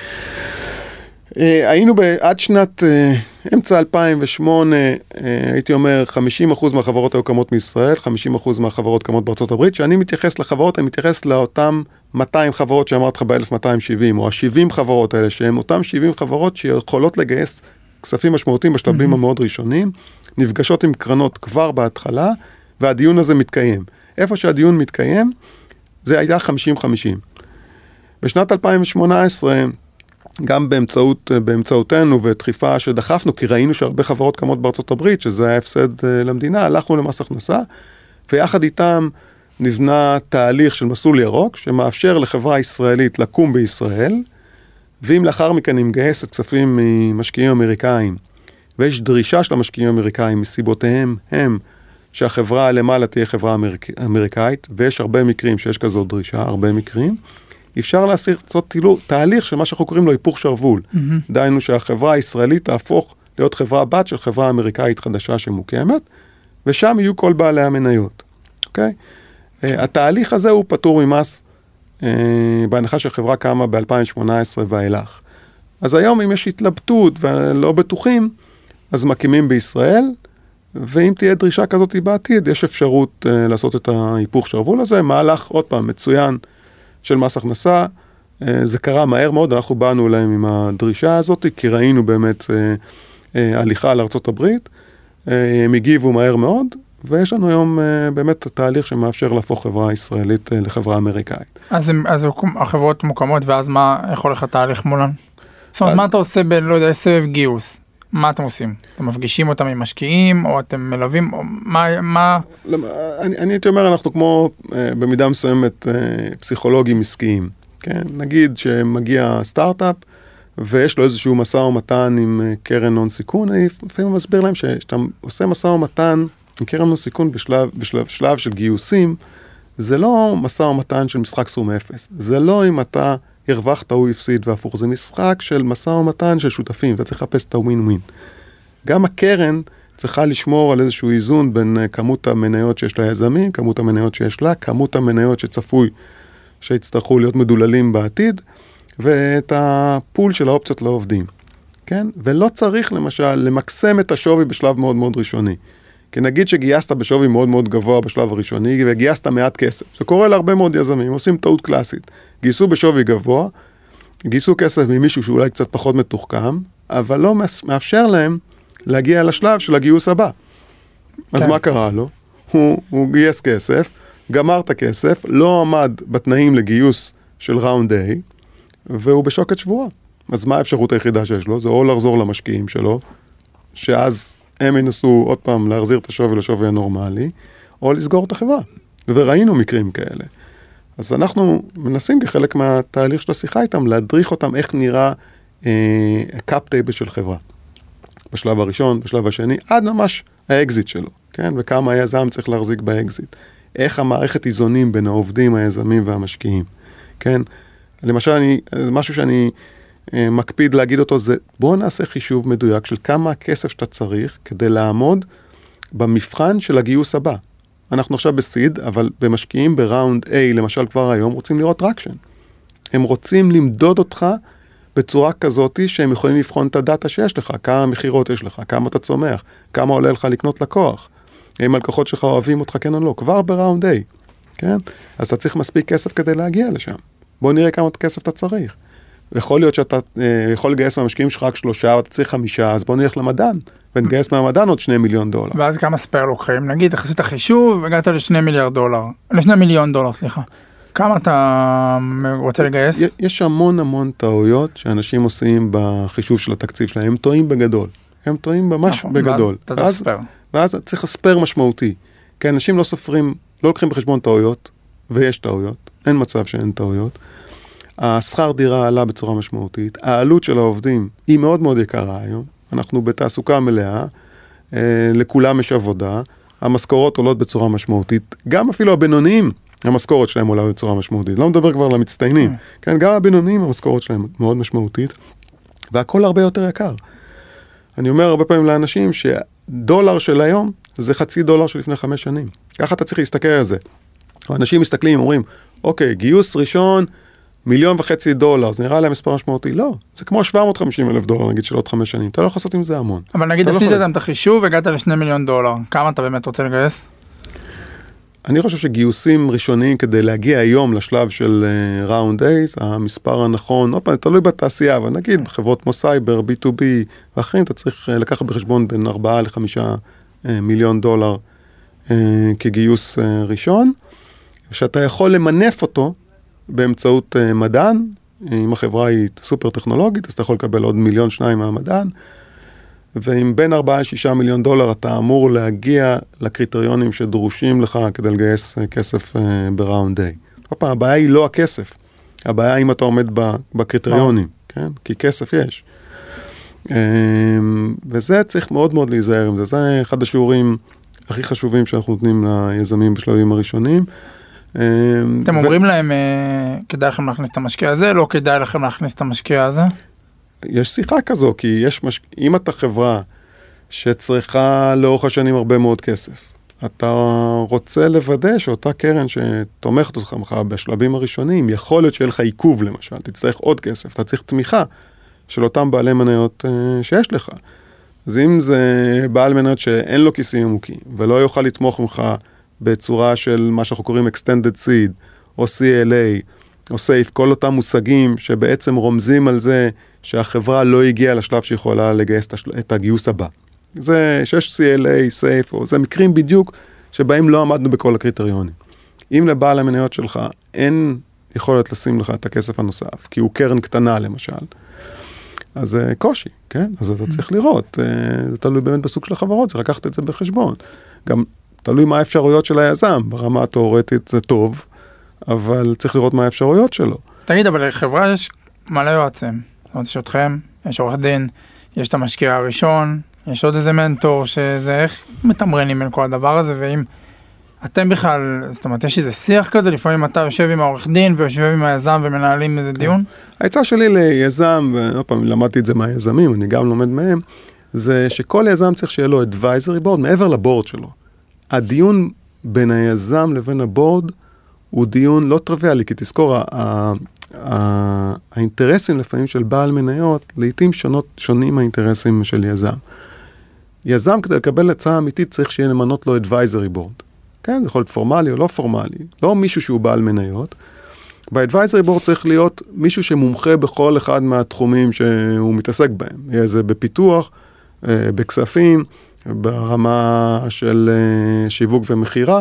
היינו עד שנת אמצע 2008, הייתי אומר 50% מהחברות היו קמות מישראל, 50% מהחברות קמות בארצות הברית. כשאני מתייחס לחברות, אני מתייחס לאותם 200 חברות שאמרת לך ב-1270, או ה-70 חברות האלה, שהן אותם 70 חברות שיכולות לגייס כספים משמעותיים בשלבים המאוד ראשונים, נפגשות עם קרנות כבר בהתחלה, והדיון הזה מתקיים. איפה שהדיון מתקיים, זה היה 50-50. בשנת 2018, גם באמצעותנו ודחיפה שדחפנו, כי ראינו שהרבה חברות קמות בארצות הברית, שזה היה הפסד למדינה, הלכנו למס הכנסה, ויחד איתם נבנה תהליך של מסלול ירוק, שמאפשר לחברה ישראלית לקום בישראל, ואם לאחר מכן נמגייסת כספים ממשקיעים אמריקאים, ויש דרישה של המשקיעים האמריקאים מסיבותיהם הם שהחברה למעלה תהיה חברה אמריקאית, ויש הרבה מקרים שיש כזאת דרישה, הרבה מקרים, אפשר לעשות תהליך של מה שאנחנו קוראים לו היפוך שרוול. דהיינו שהחברה הישראלית תהפוך להיות חברה בת של חברה אמריקאית חדשה שמוקמת, ושם יהיו כל בעלי המניות. אוקיי? התהליך הזה הוא פטור ממס, בהנחה שהחברה קמה ב-2018 ואילך. אז היום אם יש התלבטות ולא בטוחים, אז מקימים בישראל, ואם תהיה דרישה כזאת בעתיד, יש אפשרות לעשות את ההיפוך שרוול הזה, מהלך עוד פעם מצוין של מס הכנסה, זה קרה מהר מאוד, אנחנו באנו אליהם עם הדרישה הזאת, כי ראינו באמת הליכה לארצות הברית, הם הגיבו מהר מאוד, ויש לנו היום באמת תהליך שמאפשר להפוך חברה ישראלית לחברה אמריקאית. אז החברות מוקמות, ואז איך הולך התהליך מולן? זאת אומרת, מה אתה עושה לא יודע, סבב גיוס? מה אתם עושים? אתם מפגישים אותם עם משקיעים, או אתם מלווים, או מה? אני הייתי אומר, אנחנו כמו במידה מסוימת פסיכולוגים עסקיים. כן? נגיד שמגיע סטארט-אפב, ויש לו איזשהו מסע ומתן עם קרן הון סיכון, אני לפעמים מסביר להם שאתה עושה מסע ומתן עם קרן הון סיכון בשלב של גיוסים, זה לא מסע ומתן של משחק סכום אפס. זה לא אם אתה הרווחת או הפסיד והפוך. זה משחק של מסע ומתן של שותפים. אתה צריך לחפש את הווין-ווין. גם הקרן צריכה לשמור על איזשהו איזון בין כמות המניות שיש ליזמים, כמות המניות שיש לה, כמות המניות שצפוי שיצטרכו להיות מדוללים בעתיד, ואת הפול של האופציות לעובדים. כן? ולא צריך למשל למקסם את השווי בשלב מאוד מאוד ראשוני. כי נגיד שגייסת בשווי מאוד מאוד גבוה בשלב הראשוני, וגייסת מעט כסף. זה קורה להרבה מאוד יזמים, עושים טעות קלאסית. גייסו בשווי גבוה, גייסו כסף ממישהו שאולי קצת פחות מתוחכם, אבל לא מאפשר להם להגיע לשלב של הגיוס הבא. אז מה קרה לו? הוא גייס כסף, גמר את הכסף, לא עמד בתנאים לגיוס של ראונד A, והוא בשוקת שבועה. אז מה האפשרות היחידה שיש לו? זה או לחזור למשקיעים שלו, שאז הם ינסו עוד פעם להחזיר את השווי לשווי הנורמלי, או לסגור את החברה. וראינו מקרים כאלה. אז אנחנו מנסים כחלק מהתהליך של השיחה איתם, להדריך אותם איך נראה קאפ טייבל של חברה. בשלב הראשון, בשלב השני, עד ממש האקזיט שלו, כן? וכמה היזם צריך להחזיק באקזיט. איך המערכת איזונים בין העובדים, היזמים והמשקיעים, כן? למשל, משהו שאני מקפיד להגיד אותו זה, בואו נעשה חישוב מדויק של כמה הכסף שאתה צריך כדי לעמוד במבחן של הגיוס הבא. אנחנו עכשיו בסיד, אבל במשקיעים בראונד A, למשל כבר היום, רוצים לראות טרקשן. הם רוצים למדוד אותך בצורה כזאת שהם יכולים לבחון את הדאטה שיש לך, כמה מחירות יש לך, כמה אתה צומח, כמה עולה לך לקנות לקוח, אם הלקוחות שלך אוהבים אותך כן או לא, כבר בראונד A, כן? אז אתה צריך מספיק כסף כדי להגיע לשם. בוא נראה כמה כסף אתה צריך. יכול להיות שאתה יכול לגייס מהמשקיעים שלך רק 3, ואתה צריך 5, אז בוא נלך למדען, ונגייס מהמדען עוד $2 מיליון. ואז כמה ספייר לוקחים? נגיד, עשית חישוב, והגעת $2 מיליון, סליחה. כמה אתה רוצה לגייס? יש המון טעויות שאנשים עושים בחישוב של התקציב שלהם, הם טועים בגדול. הם טועים ממש בגדול. ואז צריך לספר משמעותי. כי אנשים לא סופרים, לא לוקחים בחשבון טעויות, ויש טעויות, אין מצב שאין טעויות. השכר דירה עלה בצורה משמעותית, העלות של העובדים היא מאוד מאוד יקרה היום, אנחנו בתעסוקה מלאה, לכולם יש עבודה, המשכורות עולות בצורה משמעותית, גם אפילו הבינוניים, המשכורת שלהם עולה בצורה משמעותית, לא מדבר כבר על המצטיינים, כן, גם הבינוניים המשכורת שלהם מאוד משמעותית, והכל הרבה יותר יקר. אני אומר הרבה פעמים לאנשים שדולר של היום זה $0.50 של לפני 5 שנים, ככה אתה צריך להסתכל על זה. אנשים מסתכלים, אומרים, אוקיי, גיוס ראשון, $1.5 מיליון, זה נראה להם מספר משמעותי. לא, זה כמו $750,000, נגיד, של עוד 5 שנים. אתה לא יכול לעשות עם זה המון. אבל נגיד, עשית את החישוב והגעת $2 מיליון. כמה אתה באמת רוצה לגייס? אני חושב שגיוסים ראשוניים כדי להגיע היום לשלב של ראונד 8, המספר הנכון, עוד פעם, תלוי בתעשייה, אבל נגיד, בחברות כמו סייבר, B2B ואחרים, אתה צריך לקחת בחשבון בין $4 ל-5 מיליון כגיוס ראשון, ושאתה יכול למנף אותו באמצעות מדען, אם החברה היא סופר טכנולוגית, אז אתה יכול לקבל עוד $1-2 מיליון מהמדען, ואם בין $4 ל-6 מיליון אתה אמור להגיע לקריטריונים שדרושים לך כדי לגייס כסף בראונד A. עוד פעם, הבעיה היא לא הכסף, הבעיה היא אם אתה עומד בקריטריונים, כן? כי כסף יש. וזה צריך מאוד מאוד להיזהר עם זה, זה אחד השיעורים הכי חשובים שאנחנו נותנים ליזמים בשלבים הראשונים. אתם אומרים להם, כדאי לכם להכניס את המשקיע הזה, לא כדאי לכם להכניס את המשקיע הזה? יש שיחה כזו, כי אם אתה חברה שצריכה לאורך השנים הרבה מאוד כסף, אתה רוצה לוודא שאותה קרן שתומכת אותך בשלבים הראשונים, יכול להיות שיהיה לך עיכוב למשל, תצטרך עוד כסף, אתה צריך תמיכה של אותם בעלי מניות שיש לך. אז אם זה בעל מניות שאין לו כיסים עמוקים, ולא יוכל לתמוך ממך בצורה של מה שאנחנו קוראים Extended Seed, או CLA, או SAFE, כל אותם מושגים שבעצם רומזים על זה שהחברה לא הגיעה לשלב שיכולה לגייס את הגיוס הבא. זה שיש CLA, SAFE, או זה מקרים בדיוק שבהם לא עמדנו בכל הקריטריונים. אם לבעל המניות שלך אין יכולת לשים לך את הכסף הנוסף, כי הוא קרן קטנה למשל, אז זה קושי, כן? אז אתה צריך לראות, זה תלוי באמת בסוג של החברות, צריך לקחת את זה בחשבון. גם תלוי מה האפשרויות של היזם, ברמה התיאורטית זה טוב, אבל צריך לראות מה האפשרויות שלו. תגיד, אבל לחברה יש מלא יועצים. זאת אומרת, יש אתכם, יש עורך דין, יש את המשקיע הראשון, יש עוד איזה מנטור, שזה איך מתמרנים בין כל הדבר הזה, ואם אתם בכלל, זאת אומרת, יש איזה שיח כזה, לפעמים אתה יושב עם העורך דין, ויושב עם היזם ומנהלים איזה דיון? העצה שלי ליזם, ועוד פעם, למדתי את זה מהיזמים, אני גם לומד מהם, זה שכל יזם צריך שיהיה לו advisory board, מעבר לבורד שלו. הדיון בין היזם לבין הבורד, הוא דיון לא טריוויאלי, כי תזכור, האינטרסים לפעמים של בעל מניות, לעתים שונים מהאינטרסים של יזם. יזם כדי לקבל הצעה אמיתית צריך שיהיה למנות לו advisory board. כן, זה יכול להיות פורמלי או לא פורמלי, לא מישהו שהוא בעל מניות. ב-advisory board צריך להיות מישהו שמומחה בכל אחד מהתחומים שהוא מתעסק בהם. יהיה זה בפיתוח, בכספים, ברמה של שיווק ומחירה,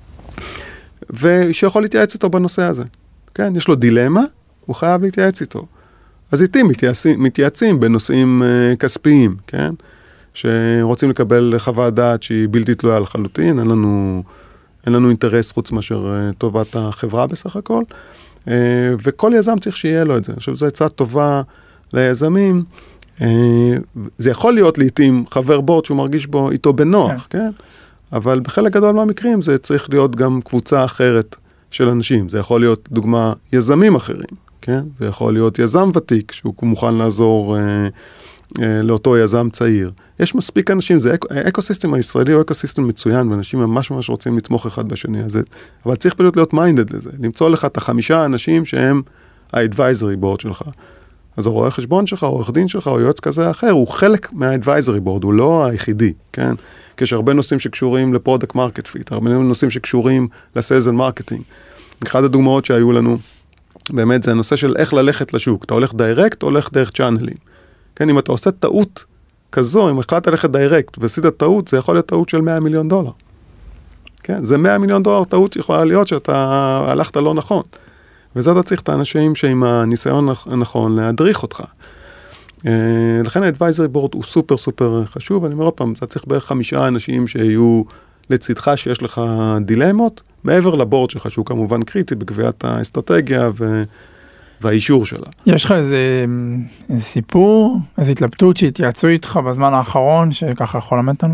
ושיכול להתייעץ איתו בנושא הזה. כן, יש לו דילמה, הוא חייב להתייעץ איתו. אז איתי מתייעצים בנושאים כספיים, כן? שרוצים לקבל חוות דעת שהיא בלתי תלויה לחלוטין, אין לנו אינטרס חוץ מאשר טובת החברה בסך הכל, וכל יזם צריך שיהיה לו את זה. עכשיו, זו עצה טובה ליזמים, זה יכול להיות לעתים חבר בורד שהוא מרגיש בו איתו בנוח, כן? אבל בחלק גדול מהמקרים זה צריך להיות גם קבוצה אחרת של אנשים. זה יכול להיות, דוגמה, יזמים אחרים, כן? זה יכול להיות יזם ותיק שהוא מוכן לעזור לאותו יזם צעיר. יש מספיק אנשים, זה האקוסיסטם הישראלי הוא אקוסיסטם מצוין, ואנשים ממש ממש רוצים לתמוך אחד בשני הזה, אבל צריך פשוט להיות מיינדד לזה, למצוא לך את 5 אנשים שהם ה-advisory board שלך. אז הרואה חשבון שלך, או עורך דין שלך, או יועץ כזה אחר, הוא חלק מה-advisory board, הוא לא היחידי, כן? כי יש הרבה נושאים שקשורים לפרודקט מרקט פיט, הרבה נושאים שקשורים לסיילס אנד מרקטינג. אחד הדוגמאות שהיו לנו באמת זה הנושא של איך ללכת לשוק. אתה הולך דיירקט, או הולך דרך צ'אנלים. כן, אם אתה עושה טעות כזו, אם החלטת ללכת דיירקט ועשית טעות, זה יכול להיות טעות של $100 מיליון. כן, זה $100 מיליון טעות יכולה להיות שאתה הלכת לא נכון. וזה אתה צריך את האנשים שעם הניסיון הנכון להדריך אותך. לכן ה-advisory board הוא סופר סופר חשוב, אני אומר עוד פעם, אתה צריך בערך 5 אנשים שיהיו לצדך שיש לך דילמות, מעבר לבורד שלך, שהוא כמובן קריטי בקביעת האסטרטגיה והאישור שלה. יש לך איזה סיפור, איזו התלבטות שהתייעצו איתך בזמן האחרון, שככה יכול למד אותנו?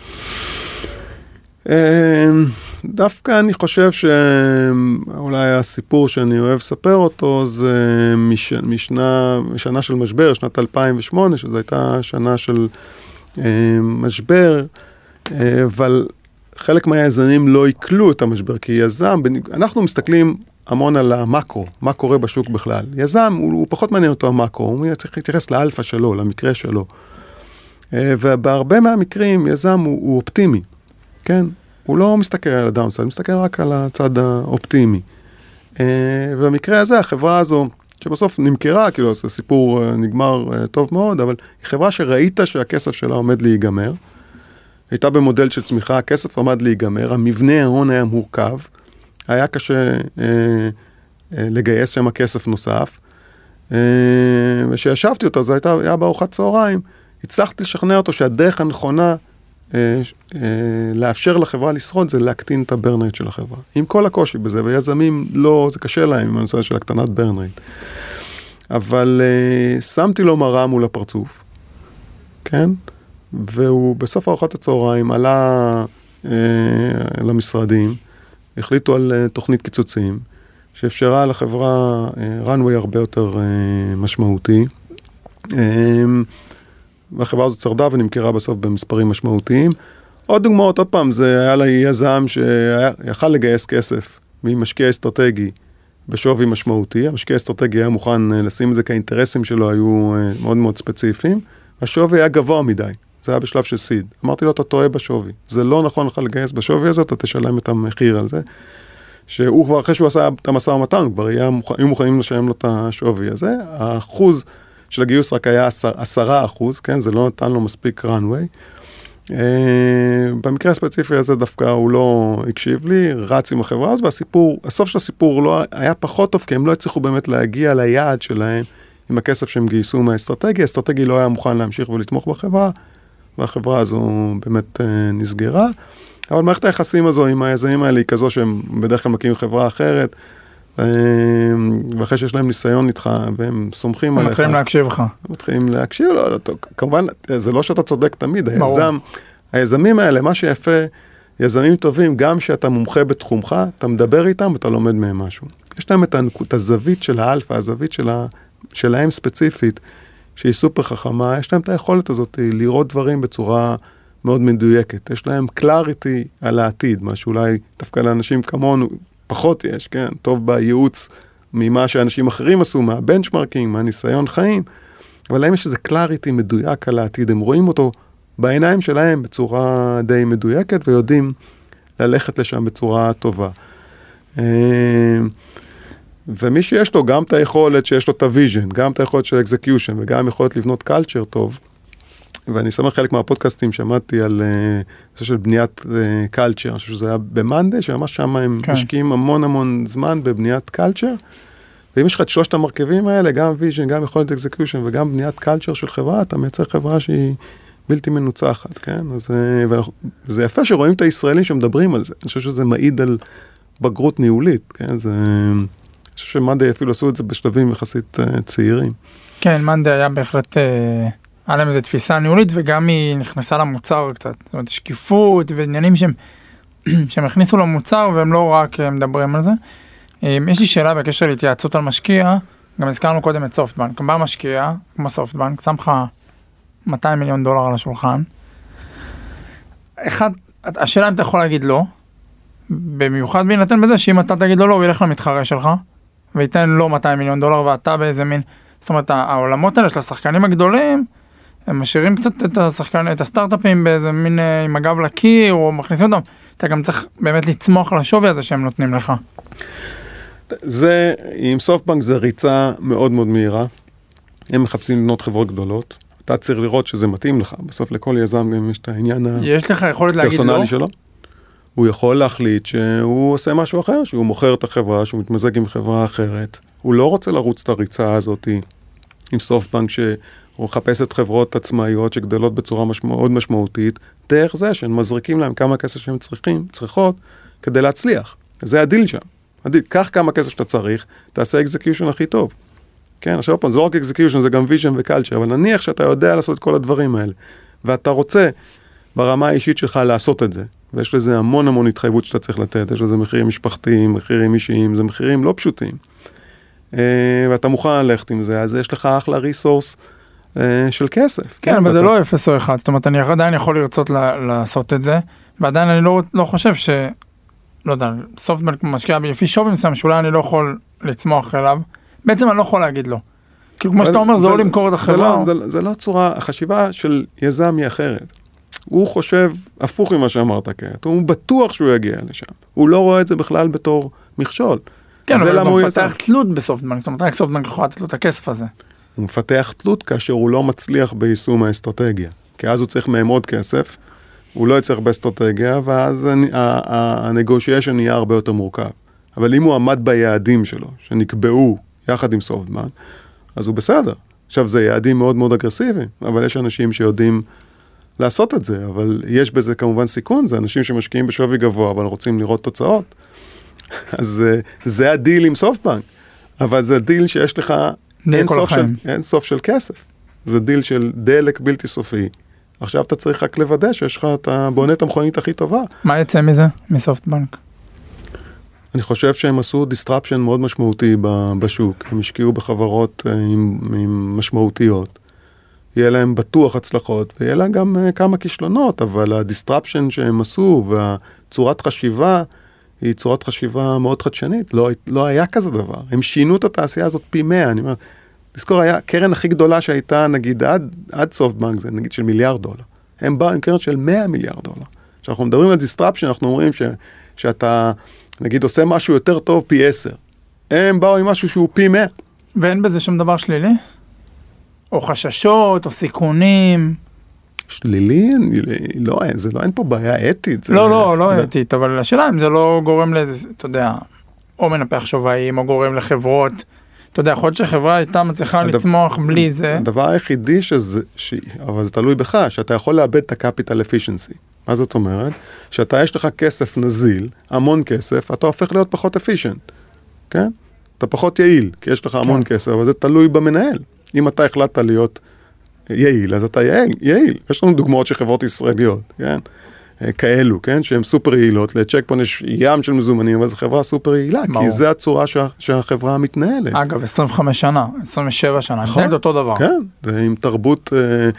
דווקא אני חושב שאולי הסיפור שאני אוהב לספר אותו, זה משנה של משבר, שנת 2008, שזו הייתה שנה של משבר, אבל חלק מהיזמים לא יקלו את המשבר, כי יזם, אנחנו מסתכלים המון על המקרו, מה קורה בשוק בכלל. יזם, הוא פחות מעניין אותו המקרו, הוא צריך להתייחס לאלפא שלו, למקרה שלו. ובהרבה מהמקרים, יזם הוא אופטימי, כן? הוא לא מסתכל על הדאונסייד, הוא מסתכל רק על הצד האופטימי. ובמקרה הזה, החברה הזו, שבסוף נמכרה, כאילו, זה סיפור נגמר טוב מאוד, אבל היא חברה שראית שהכסף שלה עומד להיגמר, הייתה במודל של צמיחה, הכסף עמד להיגמר, המבנה ההון היה מורכב, היה קשה לגייס שם כסף נוסף, ושישבתי אותו, זה היה בארוחת צהריים, הצלחתי לשכנע אותו שהדרך הנכונה לאפשר לחברה לשרוד זה להקטין את הברן רייט של החברה. עם כל הקושי בזה, ויזמים לא, זה קשה להם עם הנושא של הקטנת ברן רייט. אבל שמתי לו מראה מול הפרצוף, כן? והוא בסוף ארוחת הצהריים עלה למשרדים, החליטו על תוכנית קיצוצים, שאפשרה לחברה runway הרבה יותר משמעותי, והחברה הזאת שרדה ונמכרה בסוף במספרים משמעותיים. עוד דוגמאות, עוד פעם, זה היה לי יזם שיכל לגייס כסף ממשקיע אסטרטגי בשווי משמעותי. המשקיע האסטרטגי היה מוכן לשים את זה, כי האינטרסים שלו היו מאוד מאוד ספציפיים. השווי היה גבוה מדי, זה היה בשלב של סיד. אמרתי לו, אתה טועה בשווי. זה לא נכון לך לגייס בשווי הזה, אתה תשלם את המחיר על זה. שהוא כבר אחרי שהוא עשה את המשא ומתן, כבר היו מוכנים לשלם לו את השווי הזה. האחוז של הגיוס רק היה 10%, כן? זה לא נתן לו מספיק runway. במקרה הספציפי הזה דווקא הוא לא הקשיב לי, רץ עם החברה הזו, הסוף של הסיפור לא היה פחות טוב, כי הם לא הצליחו באמת להגיע ליעד שלהם עם הכסף שהם גייסו מהאסטרטגיה. האסטרטגי לא היה מוכן להמשיך ולתמוך בחברה, והחברה הזו באמת נסגרה. אבל מערכת היחסים הזו עם היזמים האלה היא כזו שהם בדרך כלל מקימים חברה אחרת, ואחרי שיש להם ניסיון איתך, והם סומכים עליך. מתחילים להקשיב לך. מתחילים להקשיב, לא, כמובן, זה לא שאתה צודק תמיד, היזמים האלה, מה שיפה, יזמים טובים, גם שאתה מומחה בתחומך, אתה מדבר איתם, אתה לומד מהם משהו. יש להם את הזווית של האלפא, הזווית שלהם ספציפית, שהיא סופר חכמה, יש להם את היכולת הזאת לראות דברים בצורה מאוד מדויקת. יש להם קלאריטי על העתיד, מה שאולי דווקא לאנשים כמונו, פחות יש, כן? טוב בייעוץ ממה שאנשים אחרים עשו, מהבנצ'מרקינג, מהניסיון חיים, אבל להם יש איזה קלאריטי מדויק על העתיד, הם רואים אותו בעיניים שלהם בצורה די מדויקת, ויודעים ללכת לשם בצורה טובה. ומי שיש לו גם את היכולת שיש לו את הוויז'ן, גם את היכולת של אקזקיושן, וגם יכולת לבנות קלצ'ר טוב, ואני שמח חלק מהפודקאסטים שמעתי על נושא של בניית קלצ'ר, אני חושב שזה היה במנדי, שממש שם הם משקיעים המון המון זמן בבניית קלצ'ר, ואם יש לך את שלושת המרכיבים האלה, גם ויז'ן, גם יכולת אקזקיושן, וגם בניית קלצ'ר של חברה, אתה מייצר חברה שהיא בלתי מנוצחת, כן? אז זה יפה שרואים את הישראלים שמדברים על זה, אני חושב שזה מעיד על בגרות ניהולית, כן? אני חושב שמנדי אפילו עשו את זה בשלבים יחסית צעירים. כן, מנדי היה בהחלט היה להם איזו תפיסה ניהולית, וגם היא נכנסה למוצר קצת. זאת אומרת, שקיפות ועניינים שהם הכניסו למוצר, והם לא רק מדברים על זה. יש לי שאלה בקשר להתייעצות על משקיע, גם הזכרנו קודם את סופטבנק. בא משקיע, כמו סופטבנק, שם לך $200 מיליון על השולחן. אחד, השאלה אם אתה יכול להגיד לא, במיוחד בהינתן בזה, שאם אתה תגיד לו לא, הוא ילך למתחרה שלך, וייתן לו $200 מיליון, ואתה באיזה מין, זאת אומרת, העולמות האלה של השחקנים הגדולים, הם משאירים קצת את הסטארט-אפים באיזה מין עם הגב לקיר, או מכניסים אותם. אתה גם צריך באמת לצמוח לשווי הזה שהם נותנים לך. זה, עם סופטבנק זה ריצה מאוד מאוד מהירה. הם מחפשים לבנות חברות גדולות. אתה צריך לראות שזה מתאים לך. בסוף לכל יזם גם יש את העניין הפרסונלי שלו. הוא יכול להחליט שהוא עושה משהו אחר, שהוא מוכר את החברה, שהוא מתמזג עם חברה אחרת. הוא לא רוצה לרוץ את הריצה הזאת עם סופטבנק שהוא מחפש את חברות עצמאיות שגדלות בצורה מאוד משמעותית, דרך זה שהם מזריקים להם כמה כסף שהם צריכות כדי להצליח. זה הדיל שם. קח כמה כסף שאתה צריך, תעשה אקזקיושן הכי טוב. כן, עכשיו פעם, זה לא רק אקזקיושן, זה גם ויז'ן וקלצ'ר, אבל נניח שאתה יודע לעשות את כל הדברים האלה, ואתה רוצה ברמה האישית שלך לעשות את זה, ויש לזה המון התחייבות שאתה צריך לתת, יש לזה מחירים משפחתיים, מחירים אישיים, זה מחירים לא פשוטים. ואתה מוכן ללכת עם זה, אז יש לך אחלה ריסורס של כסף. כן, אבל זה לא 0 או 1, זאת אומרת, אני עדיין יכול לרצות לעשות את זה, ועדיין אני לא חושב לא יודע, סופטבנק משקיע לפי שווי מסוים, שאולי אני לא יכול לצמוח אליו, בעצם אני לא יכול להגיד לו. כאילו כמו שאתה אומר, זה לא למכור את החברה. זה לא צורה, החשיבה של יזם היא אחרת. הוא חושב הפוך ממה שאמרת כעת, הוא בטוח שהוא יגיע לשם. הוא לא רואה את זה בכלל בתור מכשול. כן, אבל הוא מפתח תלות בסופטבנק, זאת אומרת, רק סופטבנק יכול לתת לו את הכסף הזה. הוא מפתח תלות כאשר הוא לא מצליח ביישום האסטרטגיה. כי אז הוא צריך מהם עוד כסף, הוא לא יצטרך באסטרטגיה, ואז הנגושיישן נהיה הרבה יותר מורכב. אבל אם הוא עמד ביעדים שלו, שנקבעו יחד עם סופטבנק, אז הוא בסדר. עכשיו, זה יעדים מאוד מאוד אגרסיביים, אבל יש אנשים שיודעים לעשות את זה, אבל יש בזה כמובן סיכון, זה אנשים שמשקיעים בשווי גבוה, אבל רוצים לראות תוצאות. אז זה הדיל עם סופטבנק, אבל זה דיל שיש לך אין סוף של כסף. זה דיל של דלק בלתי סופי. עכשיו אתה צריך רק לוודא שיש לך, אתה בונה את המכונית הכי טובה. מה יצא מזה, מסופטבנק? אני חושב שהם עשו דיסטרפשן מאוד משמעותי בשוק. הם השקיעו בחברות עם משמעותיות. יהיה להם בטוח הצלחות, ויהיה להם גם כמה כישלונות, אבל הדיסטרפשן שהם עשו, והצורת חשיבה, היא צורת חשיבה מאוד חדשנית. לא היה כזה דבר. הם שינו את התעשייה הזאת פי 100. אני אומר, תזכור, היה קרן הכי גדולה שהייתה, נגיד, עד סופטבנק, זה נגיד של $1 מיליארד. הם באו עם קרן של $100 מיליארד. כשאנחנו מדברים על דיסטרפשן, אנחנו אומרים שאתה, נגיד, עושה משהו יותר טוב פי 10. הם באו עם משהו שהוא פי 100. ואין בזה שום דבר שלילי? או חששות, או סיכונים? שלילי? לא, אין פה בעיה אתית. לא אתית, אבל השאלה אם זה לא גורם לאיזה, אתה יודע, או מנפח שווים, או גורם לחברות, אתה יודע, יכול להיות שחברה הייתה מצליחה לצמוח בלי זה. הדבר היחידי אבל זה תלוי בך, שאתה יכול לאבד את ה-capital efficiency. מה זאת אומרת? שאתה יש לך כסף נזיל, המון כסף, אתה הופך להיות פחות efficient. כן? אתה פחות יעיל, כי יש לך המון כסף, אבל זה תלוי במנהל. אם אתה החלטת להיות יעיל, אז אתה יעיל. יש לנו דוגמאות של חברות ישראליות, כן? כאלו, כן? שהן סופר יעילות, לצ'קפון יש ים של מזומנים, אבל זו חברה סופר יעילה, כי זו הצורה שהחברה מתנהלת. אגב, 25 שנה, 27 שנה, מתנהלת אותו דבר. כן, זה עם תרבות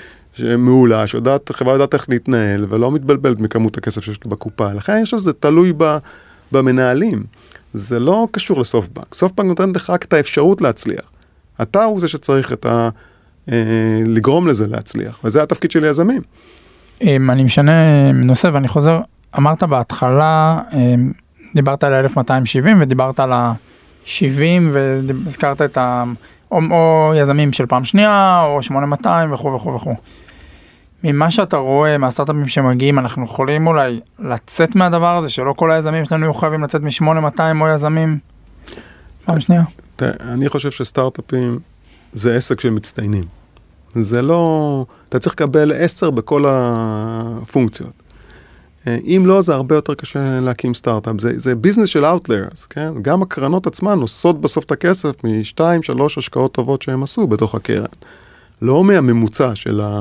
מעולה, חברה יודעת איך להתנהל, ולא מתבלבלת מכמות הכסף שיש לה בקופה. לכן אני חושב שזה תלוי במנהלים. זה לא קשור לסופטבנק. סופטבנק נותן לך רק את האפשרות להצליח. אתה הוא זה שצריך לגרום לזה להצליח, וזה התפקיד של יזמים. אני משנה נושא ואני חוזר, אמרת בהתחלה, דיברת על 1270 ודיברת על ה-70 והזכרת את או יזמים של פעם שנייה או 8200 וכו' וכו' וכו'. ממה שאתה רואה מהסטארט-אפים שמגיעים, אנחנו יכולים אולי לצאת מהדבר הזה, שלא כל היזמים שלנו יהיו חייבים לצאת מ-8200 או יזמים פעם שנייה. אני חושב שסטארט-אפים זה עסק של מצטיינים. זה לא, אתה צריך לקבל 10 בכל הפונקציות. אם לא, זה הרבה יותר קשה להקים סטארט-אפ. זה ביזנס של outliers, כן? גם הקרנות עצמן עושות בסוף את הכסף מ2-3 השקעות טובות שהם עשו בתוך הקרן. לא מהממוצע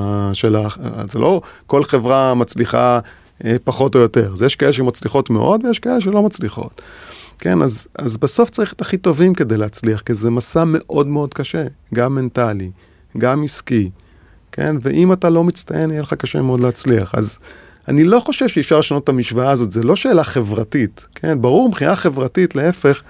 זה לא כל חברה מצליחה פחות או יותר. יש כאלה שמצליחות מאוד ויש כאלה שלא מצליחות. כן, אז בסוף צריך את הכי טובים כדי להצליח, כי זה מסע מאוד מאוד קשה, גם מנטלי, גם עסקי, כן? ואם אתה לא מצטיין, יהיה לך קשה מאוד להצליח. אז אני לא חושב שאפשר לשנות את המשוואה הזאת, זה לא שאלה חברתית, כן? ברור, מבחינה חברתית, להפך,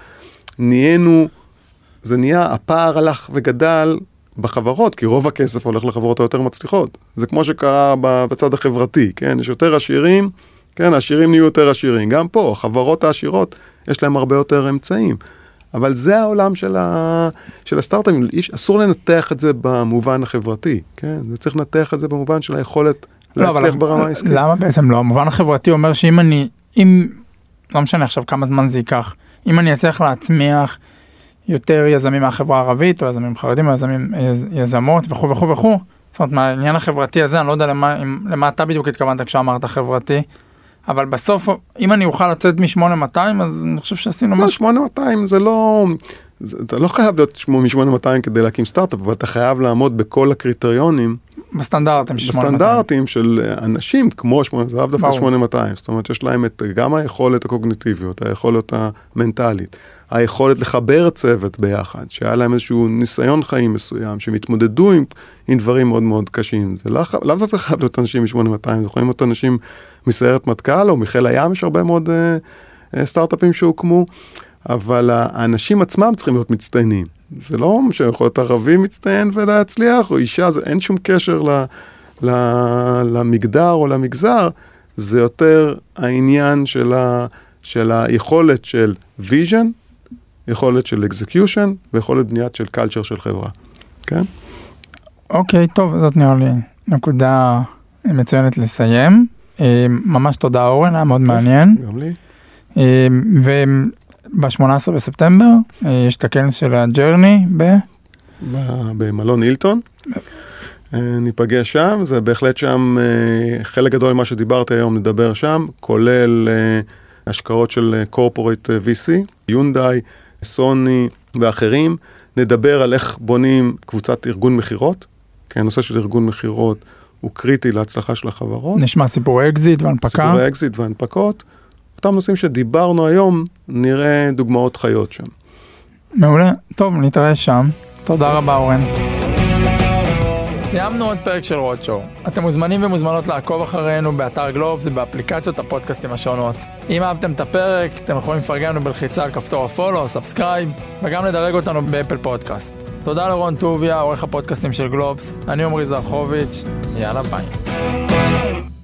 זה נהיה, הפער הלך וגדל בחברות, כי רוב הכסף הולך לחברות היותר מצליחות. זה כמו שקרה בצד החברתי, כן? יש יותר עשירים, כן? העשירים נהיו יותר עשירים. גם פה, החברות העשירות, יש להם הרבה יותר אמצעים. אבל זה העולם של הסטארט-אפים, אסור לנתח את זה במובן החברתי, כן? זה צריך לנתח את זה במובן של היכולת להצליח ברמה העסקית. למה בעצם לא? המובן החברתי אומר שאם לא משנה עכשיו כמה זמן זה ייקח, אם אני אצליח להצמיח יותר יזמים מהחברה הערבית, או יזמים חרדים, או יזמות וכו' וכו' וכו', זאת אומרת, מהעניין החברתי הזה, אני לא יודע למה אתה בדיוק התכוונת כשאמרת חברתי, אבל בסוף, אם אני אוכל לצאת מ-8200, אז אני חושב שעשינו משהו. 8200 זה לא... אתה לא חייב להיות מ-8200 כדי להקים סטארט-אפ, אבל אתה חייב לעמוד בכל הקריטריונים. בסטנדרטים של אנשים כמו 8200. זאת אומרת, יש להם גם היכולת הקוגניטיביות, היכולת המנטלית, היכולת לחבר צוות ביחד, שהיה להם איזשהו ניסיון חיים מסוים, שמתמודדו עם דברים מאוד מאוד קשים. זה לאו דווקא חייב להיות אנשים מ-8200, זה יכולים להיות אנשים מסיירת מטכ"ל, או מחיל הים, יש הרבה מאוד סטארט-אפים שהוקמו, אבל האנשים עצמם צריכים להיות מצטיינים. זה לא שיכול להיות ערבי מצטיין ולהצליח, או אישה, אין שום קשר למגדר או למגזר, זה יותר העניין של היכולת של vision, יכולת של execution, ויכולת בניית של culture של חברה. כן? אוקיי, טוב, זאת נראה לי נקודה מצוינת לסיים. ממש תודה אורן, היה מאוד מעניין. גם לי. ב-18 בספטמבר יש את הכנס של הג'רני במלון הילטון. ניפגש שם, זה בהחלט שם חלק גדול ממה שדיברתי היום נדבר שם, כולל השקעות של קורפורייט VC, יונדאי, סוני ואחרים. נדבר על איך בונים קבוצת ארגון מחירות, כי הנושא של ארגון מחירות הוא קריטי להצלחה של החברות. נשמע סיפורי אקזיט והנפקה. סיפורי אקזיט והנפקות. אותם נושאים שדיברנו היום, נראה דוגמאות חיות שם. מעולה. טוב, נתראה שם. תודה רבה, אורן. סיימנו עוד פרק של רודשואו. אתם מוזמנים ומוזמנות לעקוב אחרינו באתר גלובס ובאפליקציות הפודקאסטים השונות. אם אהבתם את הפרק, אתם יכולים לפרגן לנו בלחיצה על כפתור הפולו או סאבסקרייב, וגם לדרג אותנו באפל פודקאסט. תודה לרון טוביה, עורך הפודקאסטים של גלובס. אני עומרי זרחוביץ'. יאללה, ביי.